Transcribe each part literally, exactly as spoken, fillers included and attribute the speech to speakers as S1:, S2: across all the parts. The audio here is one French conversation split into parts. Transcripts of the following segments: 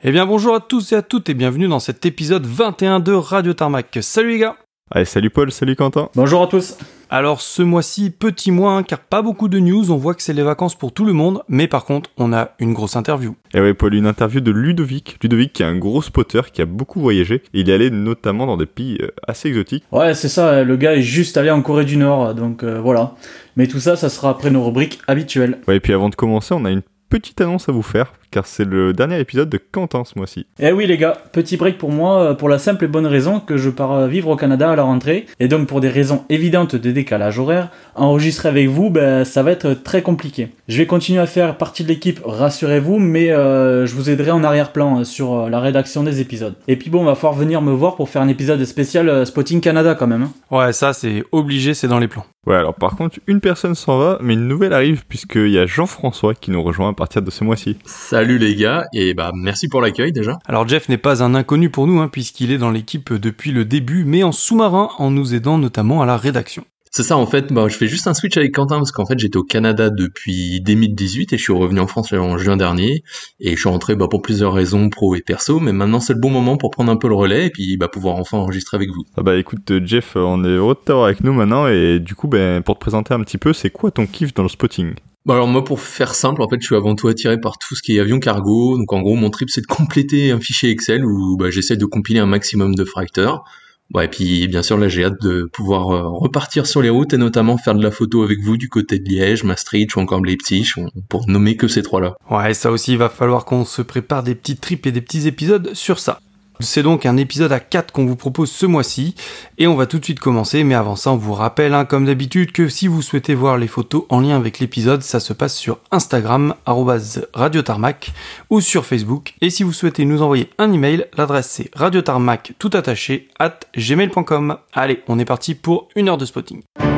S1: Eh bien bonjour à tous et à toutes et bienvenue dans cet épisode vingt et un de Radio Tarmac. Salut les gars.
S2: Allez, salut Paul, salut Quentin.
S3: Bonjour à tous.
S1: Alors ce mois-ci, petit mois, hein, car pas beaucoup de news, on voit que c'est les vacances pour tout le monde, mais par contre, on a une grosse interview.
S2: Et ouais Paul, une interview de Ludovic. Ludovic qui est un gros spotter, qui a beaucoup voyagé. Il est allé notamment dans des pays assez exotiques.
S3: Ouais, c'est ça, le gars est juste allé en Corée du Nord, donc euh, voilà. Mais tout ça, ça sera après nos rubriques habituelles.
S2: Ouais, et puis avant de commencer, on a une petite annonce à vous faire, car c'est le dernier épisode de Quentin ce mois-ci.
S3: Eh oui les gars, petit break pour moi, pour la simple et bonne raison que je pars vivre au Canada à la rentrée, et donc pour des raisons évidentes de décalage horaire, enregistrer avec vous, ben, ça va être très compliqué. Je vais continuer à faire partie de l'équipe, rassurez-vous, mais euh, je vous aiderai en arrière-plan sur la rédaction des épisodes. Et puis bon, on va falloir venir me voir pour faire un épisode spécial Spotting Canada quand même. Hein.
S1: Ouais, ça c'est obligé, c'est dans les plans.
S2: Ouais, alors par contre, une personne s'en va, mais une nouvelle arrive, puisqu'il y a Jean-François qui nous rejoint à partir de ce mois-ci.
S4: Salut les gars, et bah merci pour l'accueil déjà.
S1: Alors Jeff n'est pas un inconnu pour nous, hein, puisqu'il est dans l'équipe depuis le début, mais en sous-marin, en nous aidant notamment à la rédaction.
S4: C'est ça en fait, bah, je fais juste un switch avec Quentin parce qu'en fait j'étais au Canada depuis deux mille dix-huit et je suis revenu en France en juin dernier et je suis rentré bah, pour plusieurs raisons pro et perso, mais maintenant c'est le bon moment pour prendre un peu le relais et puis bah, pouvoir enfin enregistrer avec vous.
S2: Ah bah écoute Jeff, on est heureux de t'avoir avec nous maintenant et du coup ben, pour te présenter un petit peu, c'est quoi ton kiff dans le spotting ?
S4: Bah alors moi pour faire simple, en fait je suis avant tout attiré par tout ce qui est avion cargo, donc en gros mon trip c'est de compléter un fichier Excel où bah, j'essaie de compiler un maximum de fracteurs. Ouais, et puis bien sûr là j'ai hâte de pouvoir euh, repartir sur les routes et notamment faire de la photo avec vous du côté de Liège, Maastricht ou encore Leipzig, pour nommer que ces trois-là.
S1: Ouais, ça aussi il va falloir qu'on se prépare des petits trips et des petits épisodes sur ça. C'est donc un épisode à quatre qu'on vous propose ce mois-ci, et on va tout de suite commencer, mais avant ça on vous rappelle, hein, comme d'habitude, que si vous souhaitez voir les photos en lien avec l'épisode, ça se passe sur Instagram, arobase radiotarmac, ou sur Facebook, et si vous souhaitez nous envoyer un email, l'adresse c'est radiotarmac, tout attaché, at gmail point com. Allez, on est parti pour une heure de spotting.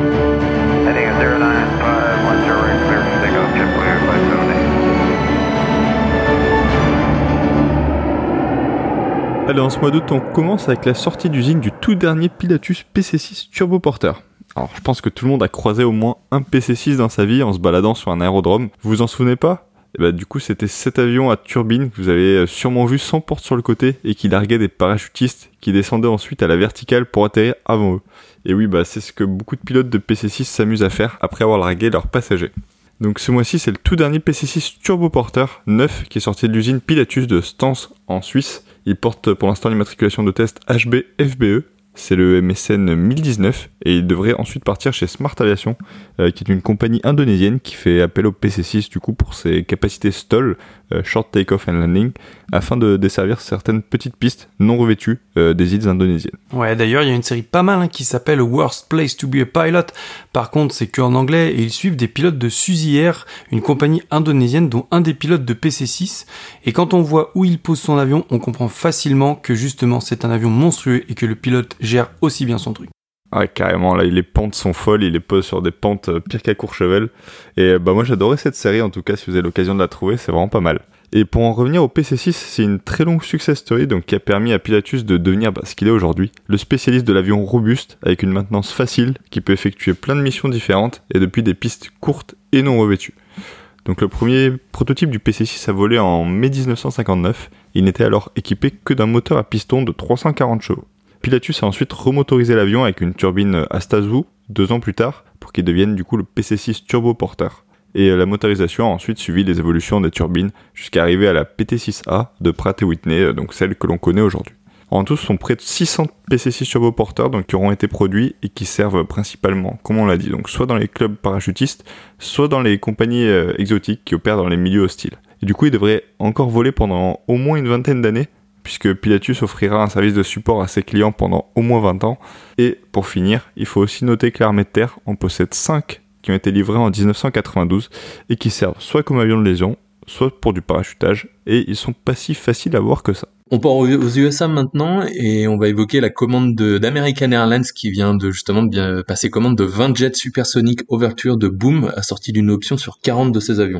S2: Allez, en ce mois d'août, on commence avec la sortie d'usine du tout dernier Pilatus P C six Turboporter. Alors, je pense que tout le monde a croisé au moins un P C six dans sa vie en se baladant sur un aérodrome. Vous vous en souvenez pas ? Et bah, du coup, c'était cet avion à turbine que vous avez sûrement vu sans porte sur le côté et qui larguait des parachutistes qui descendaient ensuite à la verticale pour atterrir avant eux. Et oui, bah, c'est ce que beaucoup de pilotes de P C six s'amusent à faire après avoir largué leurs passagers. Donc ce mois-ci, c'est le tout dernier P C six Turboporter neuf qui est sorti de l'usine Pilatus de Stans en Suisse. Il porte pour l'instant l'immatriculation de test H B F B E, c'est le M S N mille dix-neuf, et il devrait ensuite partir chez Smart Aviation, euh, qui est une compagnie indonésienne qui fait appel au P C six du coup pour ses capacités S T O L, euh, Short Take-Off and Landing, afin de desservir certaines petites pistes non revêtues euh, des îles indonésiennes.
S1: Ouais, d'ailleurs, il y a une série pas mal hein, qui s'appelle Worst Place to be a Pilot. Par contre, c'est que en anglais et ils suivent des pilotes de Suzy Air, une compagnie indonésienne dont un des pilotes de P C six. Et quand on voit où il pose son avion, on comprend facilement que justement c'est un avion monstrueux et que le pilote gère aussi bien son truc.
S2: Ouais, carrément, là, les pentes sont folles, il les pose sur des pentes euh, pires qu'à Courchevel. Et bah moi j'adorais cette série, en tout cas, si vous avez l'occasion de la trouver, c'est vraiment pas mal. Et pour en revenir au P C six, c'est une très longue success story donc, qui a permis à Pilatus de devenir bah, ce qu'il est aujourd'hui, le spécialiste de l'avion robuste, avec une maintenance facile, qui peut effectuer plein de missions différentes, et depuis des pistes courtes et non revêtues. Donc le premier prototype du P C six a volé en mai dix-neuf cent cinquante-neuf, il n'était alors équipé que d'un moteur à piston de trois cent quarante chevaux. Pilatus a ensuite remotorisé l'avion avec une turbine Astazu deux ans plus tard pour qu'il devienne du coup le P C six Turboporter. Et la motorisation a ensuite suivi les évolutions des turbines jusqu'à arriver à la P T six A de Pratt et Whitney, donc celle que l'on connaît aujourd'hui. En tout, ce sont près de six cents P C six Turboporters donc, qui auront été produits et qui servent principalement, comme on l'a dit, donc soit dans les clubs parachutistes, soit dans les compagnies euh, exotiques qui opèrent dans les milieux hostiles. Et du coup, ils devraient encore voler pendant au moins une vingtaine d'années, puisque Pilatus offrira un service de support à ses clients pendant au moins vingt ans. Et pour finir, il faut aussi noter que l'armée de terre en possède cinq qui ont été livrés en dix-neuf cent quatre-vingt-douze et qui servent soit comme avion de liaison, soit pour du parachutage, et ils sont pas si faciles à voir que ça.
S4: On part aux U S A maintenant et on va évoquer la commande de, d'American Airlines qui vient de justement de bien passer commande de vingt jets supersoniques Overture de Boom assortis d'une option sur quarante de ces avions.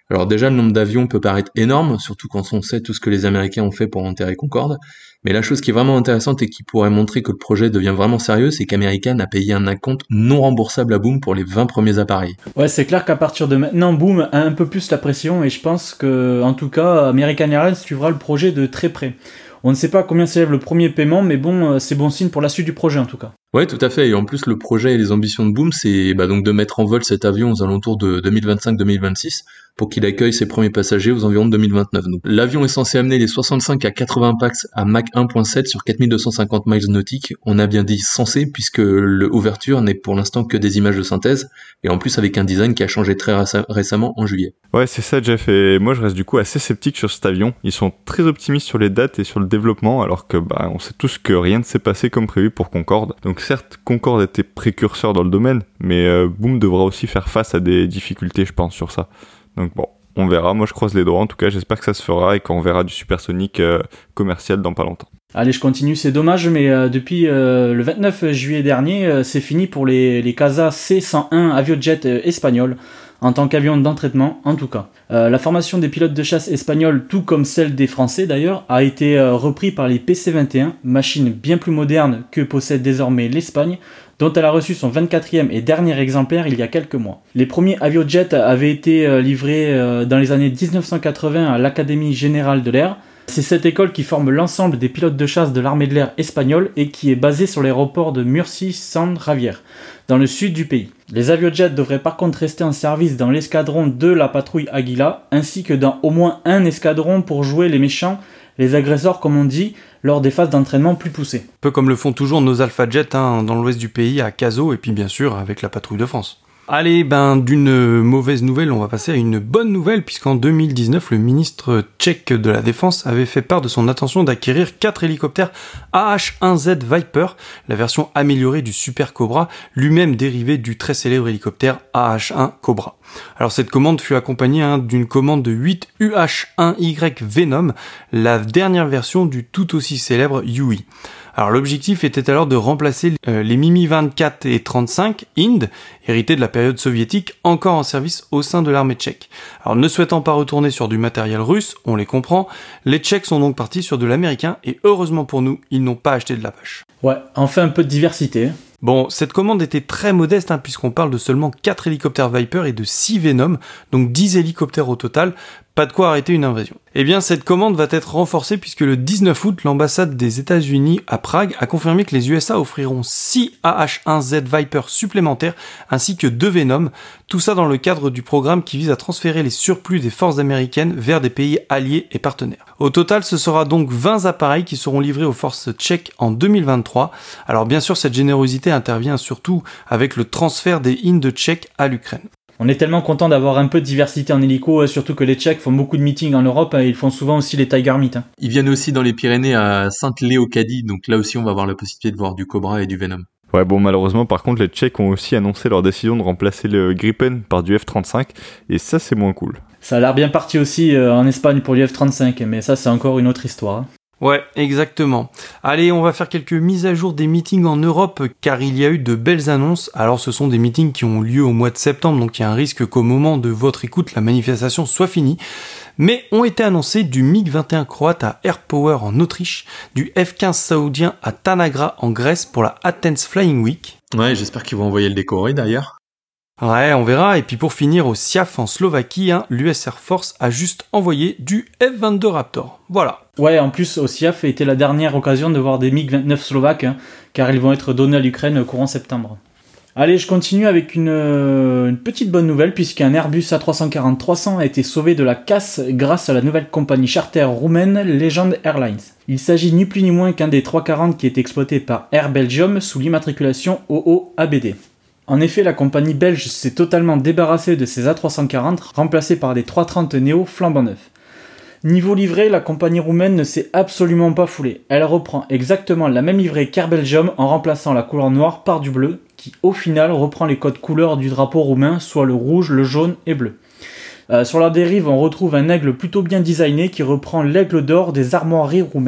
S4: Alors déjà, le nombre d'avions peut paraître énorme, surtout quand on sait tout ce que les Américains ont fait pour enterrer Concorde. Mais la chose qui est vraiment intéressante et qui pourrait montrer que le projet devient vraiment sérieux, c'est qu'American a payé un acompte non remboursable à Boom pour les vingt premiers appareils.
S3: Ouais, c'est clair qu'à partir de maintenant, Boom a un peu plus la pression et je pense que, en tout cas, American Airlines suivra le projet de très près. On ne sait pas combien s'élève le premier paiement, mais bon, c'est bon signe pour la suite du projet en tout cas.
S4: Ouais, tout à fait. Et en plus, le projet et les ambitions de Boom, c'est bah, donc de mettre en vol cet avion aux alentours de deux mille vingt-cinq deux mille vingt-six pour qu'il accueille ses premiers passagers aux environs de deux mille vingt-neuf. Donc, l'avion est censé amener les soixante-cinq à quatre-vingts pax à Mach un virgule sept sur quatre mille deux cent cinquante miles nautiques. On a bien dit censé, puisque l'ouverture n'est pour l'instant que des images de synthèse, et en plus avec un design qui a changé très réce- récemment en juillet.
S2: Ouais, c'est ça, Jeff, et moi je reste du coup assez sceptique sur cet avion. Ils sont très optimistes sur les dates et sur le développement, alors que bah, on sait tous que rien ne s'est passé comme prévu pour Concorde. Donc certes, Concorde était précurseur dans le domaine, mais euh, Boom devra aussi faire face à des difficultés, je pense, sur ça. Donc bon, on verra. Moi, je croise les doigts. En tout cas, j'espère que ça se fera et qu'on verra du supersonique euh, commercial dans pas longtemps.
S3: Allez, je continue. C'est dommage, mais euh, depuis euh, le vingt-neuf juillet dernier, euh, c'est fini pour les, les Casa C cent un Aviojet euh, espagnols, en tant qu'avion d'entraînement, en tout cas. Euh, la formation des pilotes de chasse espagnols, tout comme celle des Français d'ailleurs, a été euh, repris par les P C vingt et un, machine bien plus moderne que possède désormais l'Espagne, dont elle a reçu son vingt-quatrième et dernier exemplaire il y a quelques mois. Les premiers aviojets avaient été euh, livrés euh, dans les années dix-neuf cent quatre-vingts à l'Académie Générale de l'Air. C'est cette école qui forme l'ensemble des pilotes de chasse de l'armée de l'air espagnole et qui est basée sur l'aéroport de Murcie-San Javier, dans le sud du pays. Les aviojets devraient par contre rester en service dans l'escadron de la patrouille Águila, ainsi que dans au moins un escadron pour jouer les méchants, les agresseurs comme on dit, lors des phases d'entraînement plus poussées.
S1: Un peu comme le font toujours nos Alpha Jets hein, dans l'ouest du pays, à Cazaux, et puis bien sûr avec la patrouille de France. Allez, ben d'une mauvaise nouvelle, on va passer à une bonne nouvelle, puisqu'en deux mille dix-neuf, le ministre tchèque de la Défense avait fait part de son intention d'acquérir quatre hélicoptères A H un Z Viper, la version améliorée du Super Cobra, lui-même dérivé du très célèbre hélicoptère A H un Cobra. Alors cette commande fut accompagnée hein, d'une commande de huit U H un Y Venom, la dernière version du tout aussi célèbre U I. Alors l'objectif était alors de remplacer euh, les Mimi vingt-quatre et trente-cinq Ind, hérités de la période soviétique, encore en service au sein de l'armée tchèque. Alors ne souhaitant pas retourner sur du matériel russe, on les comprend, les Tchèques sont donc partis sur de l'américain et heureusement pour nous, ils n'ont pas acheté de l'Apache.
S3: Ouais, enfin un peu de diversité.
S1: Bon, cette commande était très modeste hein, puisqu'on parle de seulement quatre hélicoptères Viper et de six Venom, donc dix hélicoptères au total, pas de quoi arrêter une invasion. Eh bien, cette commande va être renforcée puisque le dix-neuf août, l'ambassade des États-Unis à Prague a confirmé que les U S A offriront six A H un Z Viper supplémentaires ainsi que deux Venom, tout ça dans le cadre du programme qui vise à transférer les surplus des forces américaines vers des pays alliés et partenaires. Au total, ce sera donc vingt appareils qui seront livrés aux forces tchèques en deux mille vingt-trois. Alors bien sûr, cette générosité intervient surtout avec le transfert des Ind tchèques à l'Ukraine.
S3: On est tellement content d'avoir un peu de diversité en hélico, surtout que les Tchèques font beaucoup de meetings en Europe et ils font souvent aussi les Tiger Meet. Hein.
S4: Ils viennent aussi dans les Pyrénées à Sainte-Léocadie, donc là aussi on va avoir la possibilité de voir du Cobra et du Venom.
S2: Ouais, bon, malheureusement, par contre, les Tchèques ont aussi annoncé leur décision de remplacer le Gripen par du F trente-cinq, et ça, c'est moins cool.
S3: Ça a l'air bien parti aussi euh, en Espagne pour du F trente-cinq, mais ça, c'est encore une autre histoire. Hein.
S1: Ouais, exactement. Allez, on va faire quelques mises à jour des meetings en Europe, car il y a eu de belles annonces. Alors, ce sont des meetings qui ont lieu au mois de septembre, donc il y a un risque qu'au moment de votre écoute, la manifestation soit finie. Mais ont été annoncés du MiG vingt et un croate à AirPower en Autriche, du F quinze saoudien à Tanagra en Grèce pour la Athens Flying Week.
S4: Ouais, j'espère qu'ils vont envoyer le décoré d'ailleurs.
S1: Ouais, on verra. Et puis pour finir, au S I A F en Slovaquie, hein, l'U S Air Force a juste envoyé du F vingt-deux Raptor. Voilà.
S3: Ouais, en plus, au S I A F était la dernière occasion de voir des MiG vingt-neuf slovaques, hein, car ils vont être donnés à l'Ukraine courant septembre. Allez, je continue avec une, euh, une petite bonne nouvelle, puisqu'un Airbus A trois cent quarante trois cents a été sauvé de la casse grâce à la nouvelle compagnie charter roumaine Legend Airlines. Il s'agit ni plus ni moins qu'un des trois cent quarante qui est exploité par Air Belgium sous l'immatriculation O O A B D. En effet, la compagnie belge s'est totalement débarrassée de ses A trois cent quarante, remplacés par des trois cent trente Neo flambant neufs. Niveau livrée, la compagnie roumaine ne s'est absolument pas foulée. Elle reprend exactement la même livrée qu'Air Belgium en remplaçant la couleur noire par du bleu, qui au final reprend les codes couleurs du drapeau roumain, soit le rouge, le jaune et bleu. Euh, sur la dérive, on retrouve un aigle plutôt bien designé qui reprend l'aigle d'or des armoiries roumaines.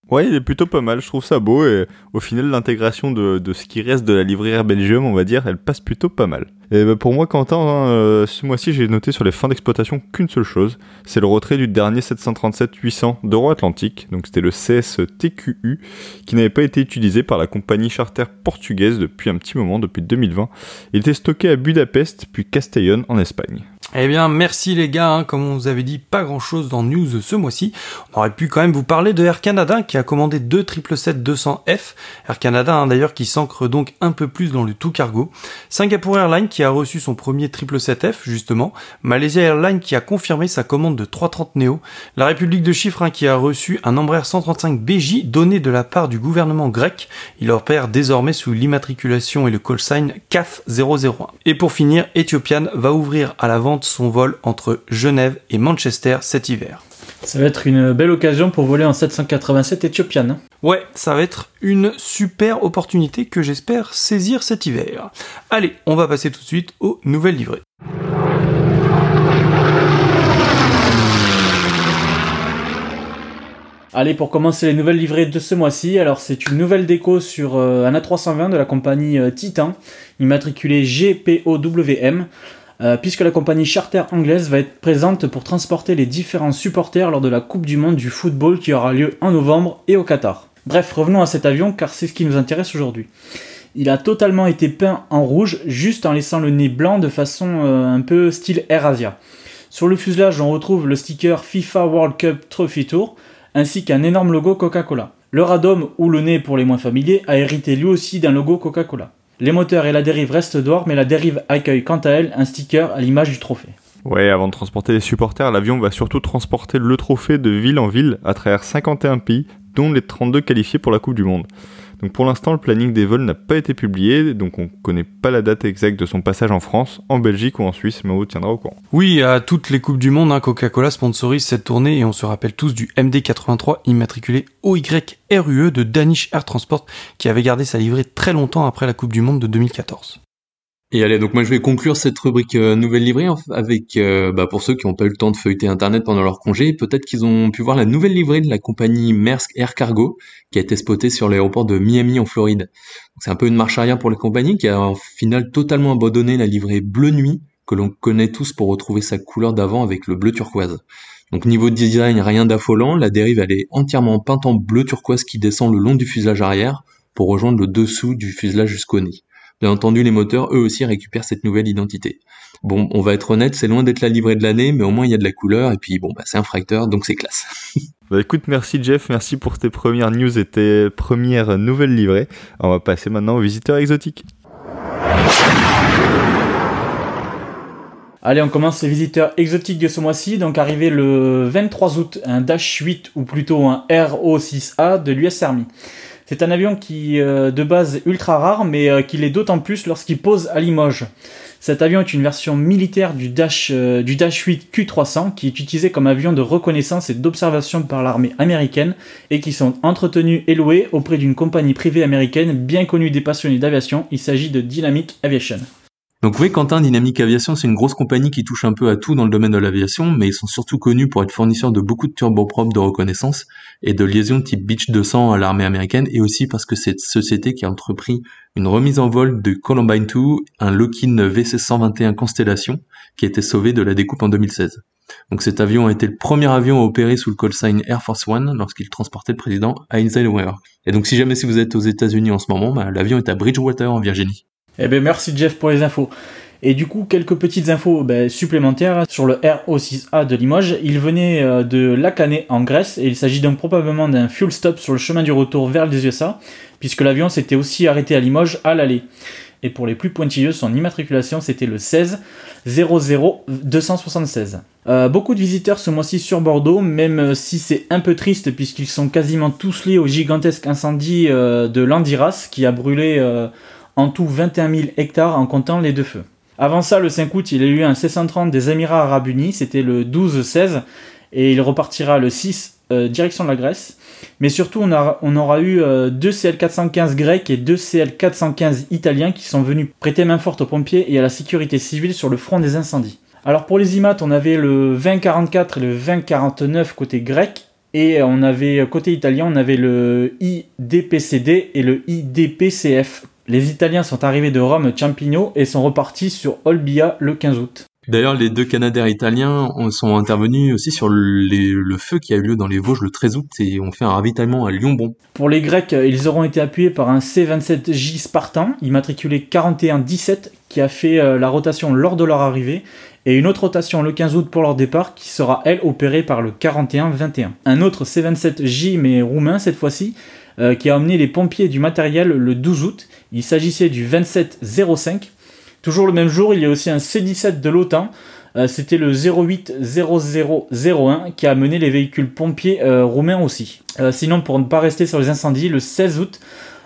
S2: Ouais, il est plutôt pas mal, je trouve ça beau, et au final, l'intégration de, de ce qui reste de la livrée Air Belgium, on va dire, elle passe plutôt pas mal. Et bah pour moi, Quentin, hein, euh, ce mois-ci, j'ai noté sur les fins d'exploitation qu'une seule chose, c'est le retrait du dernier sept cent trente-sept huit cents d'Euro-Atlantique, donc c'était le C S T Q U, qui n'avait pas été utilisé par la compagnie charter portugaise depuis un petit moment, depuis deux mille vingt. Il était stocké à Budapest, puis Castellón en Espagne.
S1: Eh bien, merci les gars, hein. Comme on vous avait dit, pas grand chose dans News ce mois-ci. On aurait pu quand même vous parler de Air Canada qui a commandé deux sept sept sept deux cents F. Air Canada, hein, d'ailleurs, qui s'ancre donc un peu plus dans le tout cargo. Singapore Airlines qui a reçu son premier sept sept sept F, justement. Malaysia Airlines qui a confirmé sa commande de trois cent trente Neo. La République de Chypre, hein, qui a reçu un Embraer cent trente-cinq B J donné de la part du gouvernement grec. Il opère désormais sous l'immatriculation et le call sign C A F zéro zéro un. Et pour finir, Ethiopian va ouvrir à la vente son vol entre Genève et Manchester cet hiver.
S3: Ça va être une belle occasion pour voler en sept cent quatre-vingt-sept Ethiopian. Hein.
S1: Ouais, ça va être une super opportunité que j'espère saisir cet hiver. Allez, on va passer tout de suite aux nouvelles livrées.
S3: Allez, pour commencer les nouvelles livrées de ce mois-ci, alors c'est une nouvelle déco sur euh, un A trois cent vingt de la compagnie euh, Titan, immatriculé G P O W M. Euh, puisque la compagnie charter anglaise va être présente pour transporter les différents supporters lors de la Coupe du Monde du football qui aura lieu en novembre et au Qatar. Bref, revenons à cet avion car c'est ce qui nous intéresse aujourd'hui. Il a totalement été peint en rouge, juste en laissant le nez blanc de façon euh, un peu style AirAsia. Sur le fuselage, on retrouve le sticker FIFA World Cup Trophy Tour, ainsi qu'un énorme logo Coca-Cola. Le radome, ou le nez pour les moins familiers, a hérité lui aussi d'un logo Coca-Cola. Les moteurs et la dérive restent dehors, mais la dérive accueille quant à elle un sticker à l'image du trophée.
S2: Ouais, avant de transporter les supporters, l'avion va surtout transporter le trophée de ville en ville à travers cinquante et un pays, dont les trente-deux qualifiés pour la Coupe du Monde. Donc pour l'instant, le planning des vols n'a pas été publié, donc on ne connaît pas la date exacte de son passage en France, en Belgique ou en Suisse, mais on vous tiendra au courant.
S1: Oui, à toutes les Coupes du Monde, hein, Coca-Cola sponsorise cette tournée et on se rappelle tous du M D quatre-vingt-trois immatriculé O Y R U E de Danish Air Transport qui avait gardé sa livrée très longtemps après la Coupe du Monde de deux mille quatorze.
S4: Et allez, donc moi je vais conclure cette rubrique euh, nouvelle livrée avec, euh, bah, pour ceux qui n'ont pas eu le temps de feuilleter internet pendant leur congé, peut-être qu'ils ont pu voir la nouvelle livrée de la compagnie Maersk Air Cargo qui a été spotée sur l'aéroport de Miami en Floride. Donc, c'est un peu une marche arrière pour la compagnie qui a en final totalement abandonné la livrée bleu nuit que l'on connaît tous pour retrouver sa couleur d'avant avec le bleu turquoise. Donc niveau design, rien d'affolant, la dérive elle est entièrement peinte en bleu turquoise qui descend le long du fuselage arrière pour rejoindre le dessous du fuselage jusqu'au nez. Bien entendu, les moteurs, eux aussi, récupèrent cette nouvelle identité. Bon, on va être honnête, c'est loin d'être la livrée de l'année, mais au moins il y a de la couleur, et puis bon, bah c'est un freighter, donc c'est classe.
S2: Bah écoute, merci Jeff, merci pour tes premières news et tes premières nouvelles livrées. On va passer maintenant aux visiteurs exotiques.
S3: Allez, on commence les visiteurs exotiques de ce mois-ci. Donc arrivé le vingt-trois août, un Dash huit, ou plutôt un R O six A de l'U S Army. C'est un avion qui, euh, de base, est ultra rare, mais euh, qui l'est d'autant plus lorsqu'il pose à Limoges. Cet avion est une version militaire du Dash, euh, du Dash huit Q trois cents, qui est utilisé comme avion de reconnaissance et d'observation par l'armée américaine, et qui sont entretenus et loués auprès d'une compagnie privée américaine bien connue des passionnés d'aviation. Il s'agit de Dynamic Aviation.
S4: Donc oui, Quentin, Dynamic Aviation, c'est une grosse compagnie qui touche un peu à tout dans le domaine de l'aviation, mais ils sont surtout connus pour être fournisseurs de beaucoup de turboprops de reconnaissance et de liaisons type Beech deux cents à l'armée américaine, et aussi parce que c'est cette société qui a entrepris une remise en vol de Columbine deux, un Lockheed V C cent vingt et un Constellation, qui a été sauvé de la découpe en deux mille seize. Donc cet avion a été le premier avion à opérer sous le call sign Air Force One lorsqu'il transportait le président Eisenhower. Et donc si jamais si vous êtes aux États-Unis en ce moment, bah, l'avion est à Bridgewater en Virginie.
S3: Eh bien merci Jeff pour les infos. Et du coup, quelques petites infos ben, supplémentaires sur le R O six A de Limoges. Il venait euh, de Lacanais en Grèce et il s'agit donc probablement d'un fuel stop sur le chemin du retour vers les U S A, puisque l'avion s'était aussi arrêté à Limoges à l'aller. Et pour les plus pointilleux, son immatriculation c'était le seize zéro zéro deux cent soixante-seize. Euh, beaucoup de visiteurs ce mois-ci sur Bordeaux, même si c'est un peu triste puisqu'ils sont quasiment tous liés au gigantesque incendie euh, de l'Andiras qui a brûlé euh, en tout vingt et un mille hectares en comptant les deux feux. Avant ça, le cinq août, il y a eu un C cent trente des Émirats Arabes Unis, c'était le douze seize, et il repartira le six, euh, direction de la Grèce. Mais surtout, on, a, on aura eu euh, deux C L quatre cent quinze grecs et deux C L quatre cent quinze italiens qui sont venus prêter main forte aux pompiers et à la sécurité civile sur le front des incendies. Alors pour les I M A T, on avait le vingt quarante-quatre et le vingt quarante-neuf côté grec, Et on avait, côté italien, on avait le I D P C D et le I D P C F. Les Italiens sont arrivés de Rome Ciampino et sont repartis sur Olbia le quinze août.
S4: D'ailleurs, les deux Canadair italiens sont intervenus aussi sur les, le feu qui a eu lieu dans les Vosges le treize août et ont fait un ravitaillement à Lyon-Bon.
S3: Pour les Grecs, ils auront été appuyés par un C vingt-sept J Spartan, immatriculé quarante et un dix-sept, qui a fait la rotation lors de leur arrivée, et une autre rotation le quinze août pour leur départ, qui sera, elle, opérée par le quarante et un vingt et un. Un autre C vingt-sept J, mais roumain cette fois-ci, euh, qui a emmené les pompiers du matériel le douze août. Il s'agissait du vingt-sept zéro cinq. Toujours le même jour, il y a aussi un C dix-sept de l'OTAN, euh, c'était le zéro huit zéro zéro zéro un qui a amené les véhicules pompiers euh, roumains aussi. Euh, sinon, pour ne pas rester sur les incendies, le seize août,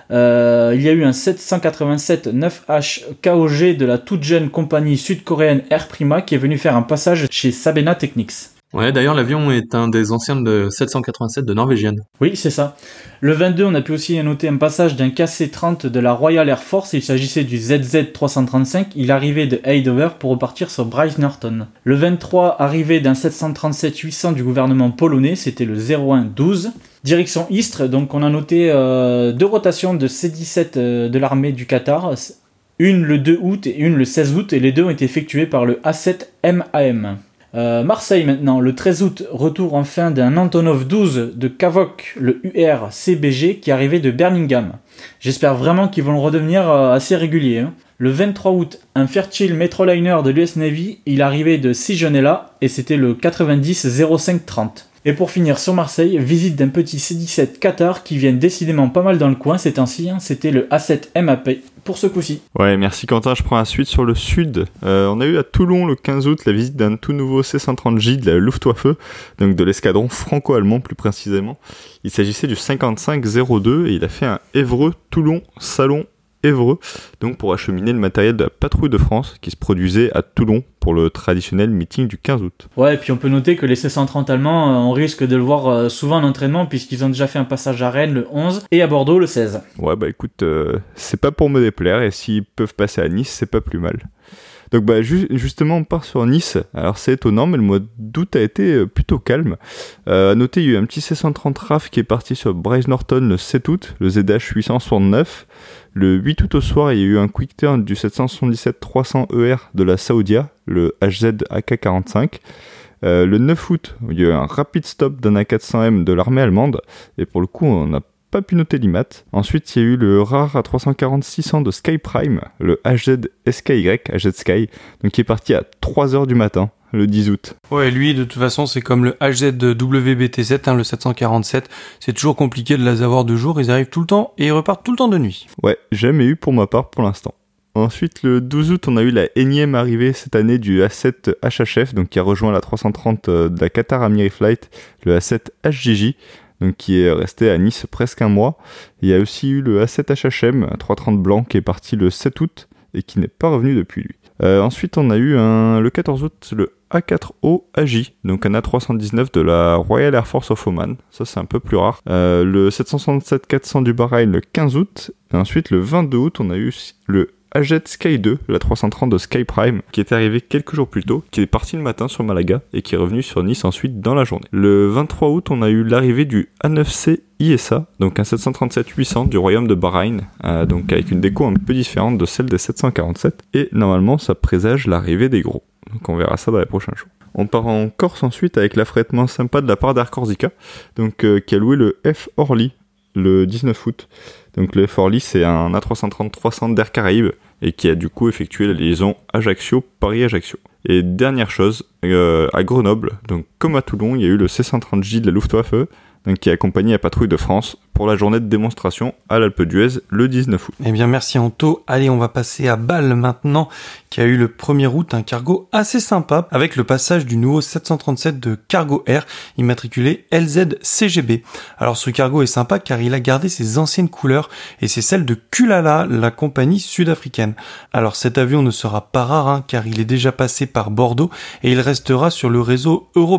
S3: euh, il y a eu un sept cent quatre-vingt-sept neuf H K O G de la toute jeune compagnie sud-coréenne Air Prima qui est venu faire un passage chez Sabena Technics.
S4: Ouais, d'ailleurs, l'avion est un des anciens de sept cent quatre-vingt-sept de Norvégienne.
S3: Oui, c'est ça. Le vingt-deux, on a pu aussi noter un passage d'un K C trente de la Royal Air Force. Il s'agissait du Z Z trois cent trente-cinq. Il arrivait de Eindhoven pour repartir sur Bryce Norton. Le vingt-trois, arrivée d'un sept cent trente-sept huit cents du gouvernement polonais. C'était le zéro un douze. Direction Istres, donc on a noté euh, deux rotations de C dix-sept euh, de l'armée du Qatar. Une le deux août et une le seize août. Et les deux ont été effectuées par le A sept M A M. Euh, Marseille maintenant, le treize août, retour enfin d'un Antonov douze de Kavok, le U R C B G qui arrivait de Birmingham. J'espère vraiment qu'ils vont le redevenir euh, assez régulier. Hein. Le vingt-trois août, un Fairchild Metroliner de l'U S Navy, il arrivait de Sigonella et c'était le quatre-vingt-dix zéro cinq trente. Et pour finir sur Marseille, visite d'un petit C dix-sept Qatar qui vient décidément pas mal dans le coin ces temps-ci, hein. C'était le A sept M A P pour ce coup-ci.
S2: Ouais, merci Quentin, je prends la suite sur le sud. Euh, on a eu à Toulon le quinze août la visite d'un tout nouveau C cent trente J de la Luftwaffe, donc de l'escadron franco-allemand plus précisément. Il s'agissait du cinquante-cinq zéro deux et il a fait un Évreux-Toulon Salon Évreux, donc pour acheminer le matériel de la patrouille de France qui se produisait à Toulon pour le traditionnel meeting du quinze août.
S3: Ouais, et puis on peut noter que les C cent trente allemands, euh, on risque de le voir euh, souvent en entraînement puisqu'ils ont déjà fait un passage à Rennes le onze et à Bordeaux le seize.
S2: Ouais, bah écoute, euh, c'est pas pour me déplaire et s'ils peuvent passer à Nice, c'est pas plus mal. Donc bah ju- justement on part sur Nice, alors c'est étonnant mais le mois d'août a été plutôt calme. Euh, à noter il y a eu un petit C cent trente R A F qui est parti sur Bryce Norton le sept août, le Z H huit cent soixante-neuf. Le huit août au soir il y a eu un quick turn du sept cent soixante-dix-sept trois cents E R de la Saudia, le H Z A K quarante-cinq. Euh, le neuf août il y a eu un rapid stop d'un A quatre cents M de l'armée allemande et pour le coup on a pas pu noter l'I M A T. Ensuite, il y a eu le rare A trois cent quarante six cents de Sky Prime, le H Z S K Y, H Z Sky, donc qui est parti à trois heures du matin, le dix août.
S1: Ouais, lui, de toute façon, c'est comme le H Z W B T sept, hein, le sept cent quarante-sept. C'est toujours compliqué de les avoir de jour, ils arrivent tout le temps et ils repartent tout le temps de nuit.
S2: Ouais, jamais eu pour ma part pour l'instant. Ensuite, le douze août, on a eu la énième arrivée cette année du A sept H H F, donc qui a rejoint la trois cent trente de la Qatar Amiri Flight, le A sept H J J. Donc qui est resté à Nice presque un mois. Il y a aussi eu le A sept H H M, trois cent trente blanc, qui est parti le sept août et qui n'est pas revenu depuis lui. Euh, ensuite, on a eu un, le quatorze août le A quatre O A J, donc un A trois cent dix-neuf de la Royal Air Force of Oman. Ça, c'est un peu plus rare. Euh, le sept cent soixante-sept quatre cents du Bahreïn le quinze août. Et ensuite, le vingt-deux août, on a eu le A Z Sky deux, la trois cent trente de Sky Prime, qui est arrivé quelques jours plus tôt, qui est parti le matin sur Malaga et qui est revenu sur Nice ensuite dans la journée. Le vingt-trois août, on a eu l'arrivée du A neuf C I S A, donc un sept cent trente-sept huit cents du royaume de Bahreïn, euh, donc avec une déco un peu différente de celle des sept cent quarante-sept, et normalement ça présage l'arrivée des gros. Donc on verra ça dans les prochains jours. On part en Corse ensuite avec l'affrètement sympa de la part d'Air Corsica, donc euh, qui a loué le F Orly le dix-neuf août. Donc le F Orly, c'est un A trois cent trente trois cents d'Air Caraïbes et qui a du coup effectué la liaison Ajaccio-Paris-Ajaccio. Et dernière chose, euh, à Grenoble, donc comme à Toulon, il y a eu le C cent trente J de la Luftwaffe, donc qui a accompagné la patrouille de France pour la journée de démonstration à l'Alpe d'Huez le dix-neuf août.
S1: Eh bien merci Anto. Allez, on va passer à Bâle maintenant, qui a eu le premier août un cargo assez sympa avec le passage du nouveau sept cent trente-sept de Cargo Air immatriculé L Z C G B. Alors ce cargo est sympa car il a gardé ses anciennes couleurs et c'est celle de Kulala, la compagnie sud-africaine. Alors cet avion ne sera pas rare hein, car il est déjà passé par Bordeaux et il restera sur le réseau européen.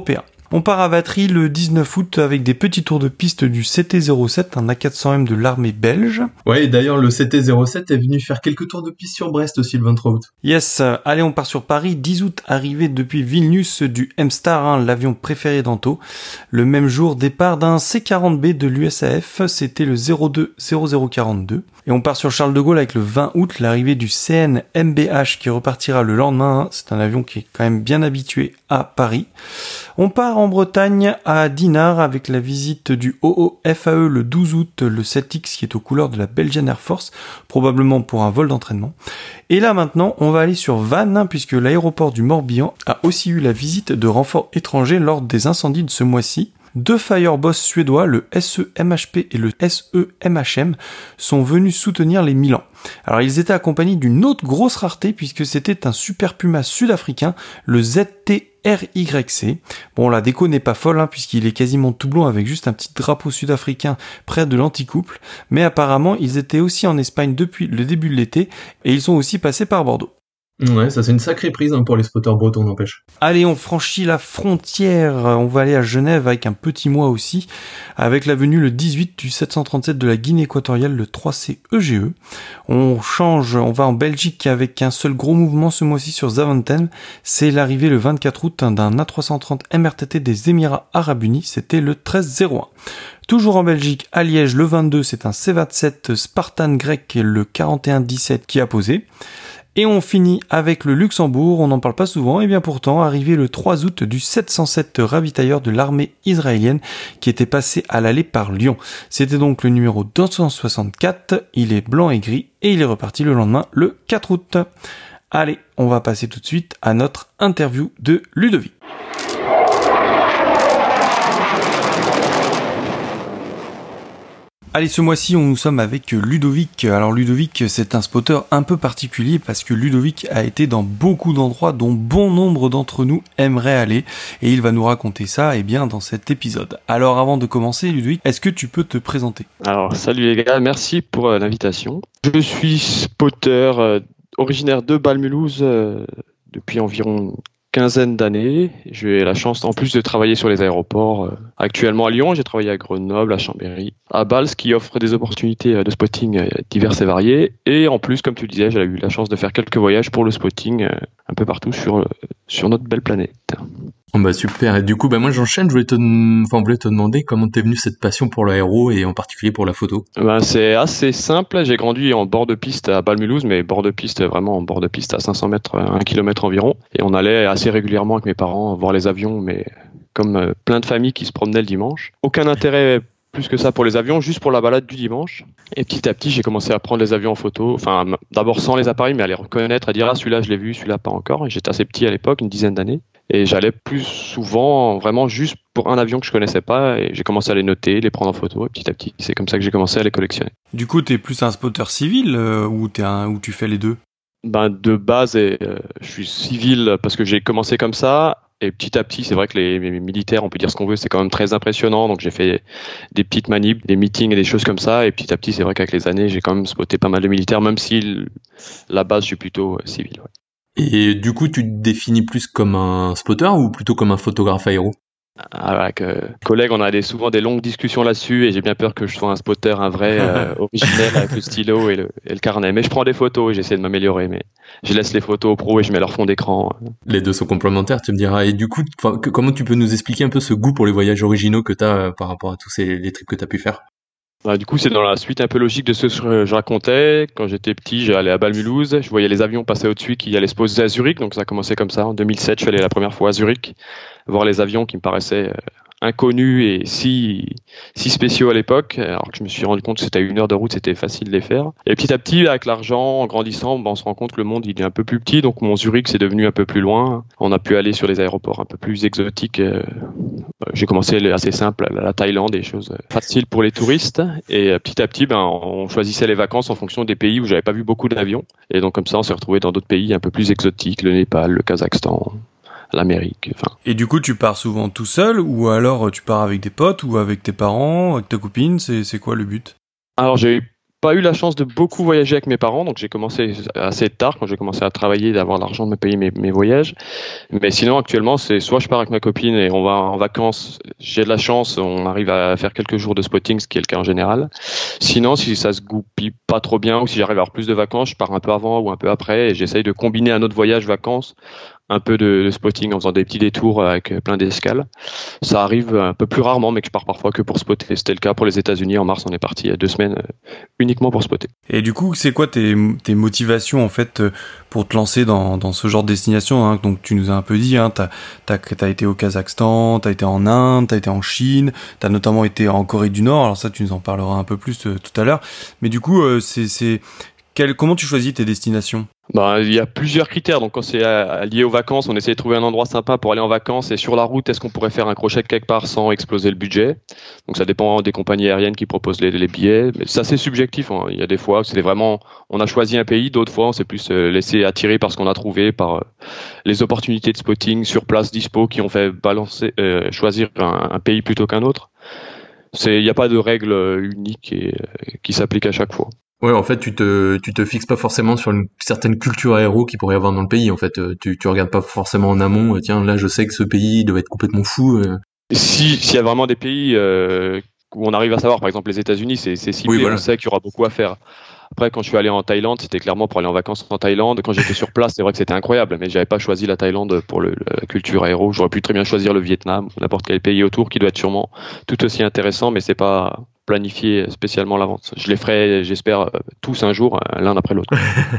S1: On part à Vatry le dix-neuf août avec des petits tours de piste du C T zéro sept, un A quatre cents M de l'armée belge.
S4: Ouais, et d'ailleurs, le C T zéro sept est venu faire quelques tours de piste sur Brest aussi le vingt-trois août.
S1: Yes, allez, on part sur Paris, dix août, arrivée depuis Vilnius du M-Star, hein, l'avion préféré d'Anto. Le même jour, départ d'un C quarante B de l'U S A F, c'était le zéro deux zéro zéro quarante-deux. Et on part sur Charles de Gaulle avec le vingt août, l'arrivée du C N M B H qui repartira le lendemain. C'est un avion qui est quand même bien habitué à Paris. On part en Bretagne à Dinard avec la visite du O O F A E le douze août, le sept X qui est aux couleurs de la Belgian Air Force, probablement pour un vol d'entraînement. Et là maintenant, on va aller sur Vannes, hein, puisque l'aéroport du Morbihan a aussi eu la visite de renforts étrangers lors des incendies de ce mois-ci. Deux Fireboss suédois, le S E M H P et le S E M H M, sont venus soutenir les Milans. Alors ils étaient accompagnés d'une autre grosse rareté puisque c'était un Super Puma sud-africain, le Z T R Y C. Bon, la déco n'est pas folle hein, puisqu'il est quasiment tout blond avec juste un petit drapeau sud-africain près de l'anticouple, mais apparemment ils étaient aussi en Espagne depuis le début de l'été et ils sont aussi passés par Bordeaux.
S4: Ouais, ça c'est une sacrée prise hein, pour les spotters bretons, n'empêche.
S1: Allez, on franchit la frontière, on va aller à Genève avec un petit mois aussi, avec la venue le dix-huit du sept cent trente-sept de la Guinée équatoriale, le trois C E G E. On change, on va en Belgique avec un seul gros mouvement ce mois-ci sur Zaventem, c'est l'arrivée le vingt-quatre août d'un A trois cent trente M R T T des Émirats Arabes Unis, c'était le treize zéro un. Toujours en Belgique, à Liège, le vingt-deux, c'est un C vingt-sept Spartan grec, le quarante et un dix-sept qui a posé. Et on finit avec le Luxembourg, on n'en parle pas souvent, et bien pourtant, arrivé le trois août du sept cent sept ravitailleur de l'armée israélienne qui était passé à l'aller par Lyon. C'était donc le numéro deux cent soixante-quatre, il est blanc et gris, et il est reparti le lendemain, le quatre août. Allez, on va passer tout de suite à notre interview de Ludovic. Allez, ce mois-ci, on nous sommes avec Ludovic. Alors Ludovic, c'est un spotter un peu particulier parce que Ludovic a été dans beaucoup d'endroits dont bon nombre d'entre nous aimeraient aller et il va nous raconter ça eh bien, dans cet épisode. Alors avant de commencer, Ludovic, est-ce que tu peux te présenter ?
S5: Alors salut les gars, merci pour euh, l'invitation. Je suis spotter euh, originaire de Bâle-Mulhouse euh, depuis environ quinzaine d'années. J'ai la chance en plus de travailler sur les aéroports. Euh, actuellement à Lyon, j'ai travaillé à Grenoble, à Chambéry, à Bâle, ce qui offre des opportunités de spotting euh, diverses et variées. Et en plus, comme tu le disais, j'ai eu la chance de faire quelques voyages pour le spotting euh, un peu partout sur, euh, sur notre belle planète.
S4: Oh bah super, et du coup bah moi j'enchaîne, je voulais te, enfin, je voulais te demander comment t'es venu cette passion pour l'aéro et en particulier pour la photo.
S5: Ben, c'est assez simple, j'ai grandi en bord de piste à Bâle-Mulhouse, mais bord de piste vraiment en bord de piste à cinq cents mètres, un kilomètre environ, et on allait assez régulièrement avec mes parents voir les avions, mais comme euh, plein de familles qui se promenaient le dimanche. Aucun intérêt plus que ça pour les avions, juste pour la balade du dimanche. Et petit à petit, j'ai commencé à prendre les avions en photo. Enfin, d'abord sans les appareils, mais à les reconnaître, à dire ah celui-là je l'ai vu, celui-là pas encore. Et j'étais assez petit à l'époque, une dizaine d'années. Et j'allais plus souvent, vraiment juste pour un avion que je connaissais pas. Et j'ai commencé à les noter, les prendre en photo. Et petit à petit, c'est comme ça que j'ai commencé à les collectionner.
S1: Du coup, t'es plus un spotter civil euh, ou t'es un, ou tu fais les deux ?
S5: Ben de base, et, euh, je suis civil parce que j'ai commencé comme ça. Et petit à petit, c'est vrai que les, les militaires, on peut dire ce qu'on veut, c'est quand même très impressionnant. Donc j'ai fait des petites manips, des meetings et des choses comme ça. Et petit à petit, c'est vrai qu'avec les années, j'ai quand même spoté pas mal de militaires, même si la base, je suis plutôt euh, civil. Ouais.
S4: Et du coup, tu te définis plus comme un spotter ou plutôt comme un photographe aéro ?
S5: Avec euh, collègues, on a des, souvent des longues discussions là-dessus et j'ai bien peur que je sois un spotter, un vrai euh, originel avec le stylo et le, et le carnet. Mais je prends des photos et j'essaie de m'améliorer. Mais je laisse les photos aux pros et je mets leur fond d'écran.
S4: Les deux sont complémentaires, tu me diras. Et du coup, que, comment tu peux nous expliquer un peu ce goût pour les voyages originaux que tu as euh, par rapport à tous ces, les trips que tu as pu faire ?
S5: Bah, du coup, c'est dans la suite un peu logique de ce que je racontais. Quand j'étais petit, j'allais à Bâle-Mulhouse. Je voyais les avions passer au-dessus qui allaient se poser à Zurich. Donc ça a commencé comme ça. En deux mille sept, je suis allé la première fois à Zurich voir les avions qui me paraissaient euh, inconnus et si si spéciaux à l'époque, alors que je me suis rendu compte que c'était à une heure de route, c'était facile de les faire. Et petit à petit, avec l'argent, en grandissant, ben, on se rend compte que le monde il est un peu plus petit, donc mon Zurich c'est devenu un peu plus loin. On a pu aller sur les aéroports un peu plus exotiques. Euh, j'ai commencé assez simple, la Thaïlande, des choses faciles pour les touristes. Et petit à petit, ben, on choisissait les vacances en fonction des pays où j'avais pas vu beaucoup d'avions. Et donc comme ça, on s'est retrouvé dans d'autres pays un peu plus exotiques, le Népal, le Kazakhstan, l'Amérique, enfin.
S1: Et du coup, tu pars souvent tout seul ou alors tu pars avec des potes ou avec tes parents, avec ta copine, c'est, c'est quoi le but ?
S5: Alors j'ai eu pas eu la chance de beaucoup voyager avec mes parents, donc j'ai commencé assez tard quand j'ai commencé à travailler, d'avoir l'argent de me payer mes, mes voyages. Mais sinon, actuellement, c'est soit je pars avec ma copine et on va en vacances. J'ai de la chance, on arrive à faire quelques jours de spotting, ce qui est le cas en général. Sinon, si ça se goupille pas trop bien ou si j'arrive à avoir plus de vacances, je pars un peu avant ou un peu après et j'essaye de combiner un autre voyage vacances, un peu de, de spotting en faisant des petits détours avec plein d'escales. Ça arrive un peu plus rarement, mais que je pars parfois que pour spotter. C'était le cas pour les États-Unis. En mars, on est parti il y a deux semaines euh, uniquement pour spotter.
S1: Et du coup, c'est quoi tes, tes motivations en fait pour te lancer dans, dans ce genre de destination, hein? Donc tu nous as un peu dit, hein, t'as, t'as, t'as été au Kazakhstan, t'as été en Inde, t'as été en Chine, t'as notamment été en Corée du Nord. Alors ça, tu nous en parleras un peu plus euh, tout à l'heure. Mais du coup, euh, c'est, c'est quel, comment tu choisis tes destinations?
S5: Bah, il y a plusieurs critères. Donc, quand c'est euh, lié aux vacances, on essaie de trouver un endroit sympa pour aller en vacances. Et sur la route, est-ce qu'on pourrait faire un crochet de quelque part sans exploser le budget? Donc, ça dépend des compagnies aériennes qui proposent les, les billets. Mais c'est assez subjectif, hein. Il y a des fois où c'est vraiment, on a choisi un pays. D'autres fois, on s'est plus euh, laissé attirer par ce qu'on a trouvé, par euh, les opportunités de spotting sur place dispo qui ont fait balancer, euh, choisir un, un pays plutôt qu'un autre. C'est, il n'y a pas de règle unique et, euh, qui s'applique à chaque fois.
S4: Ouais, en fait, tu te, tu te fixes pas forcément sur une certaine culture aéro qu'il pourrait y avoir dans le pays. En fait, tu, tu regardes pas forcément en amont. Tiens, là, je sais que ce pays doit être complètement fou. Euh.
S5: Si, s'il y a vraiment des pays euh, où on arrive à savoir, par exemple les États-Unis, c'est, c'est ciblé,
S4: Oui, voilà.
S5: On sait qu'il y aura beaucoup à faire. Après, quand je suis allé en Thaïlande, c'était clairement pour aller en vacances en Thaïlande. Quand j'étais sur place, c'est vrai que c'était incroyable, mais j'avais pas choisi la Thaïlande pour le, la culture aéro. J'aurais pu très bien choisir le Vietnam ou n'importe quel pays autour qui doit être sûrement tout aussi intéressant, mais c'est pas planifié spécialement à l'avance. Je les ferai, j'espère, tous un jour, l'un après l'autre.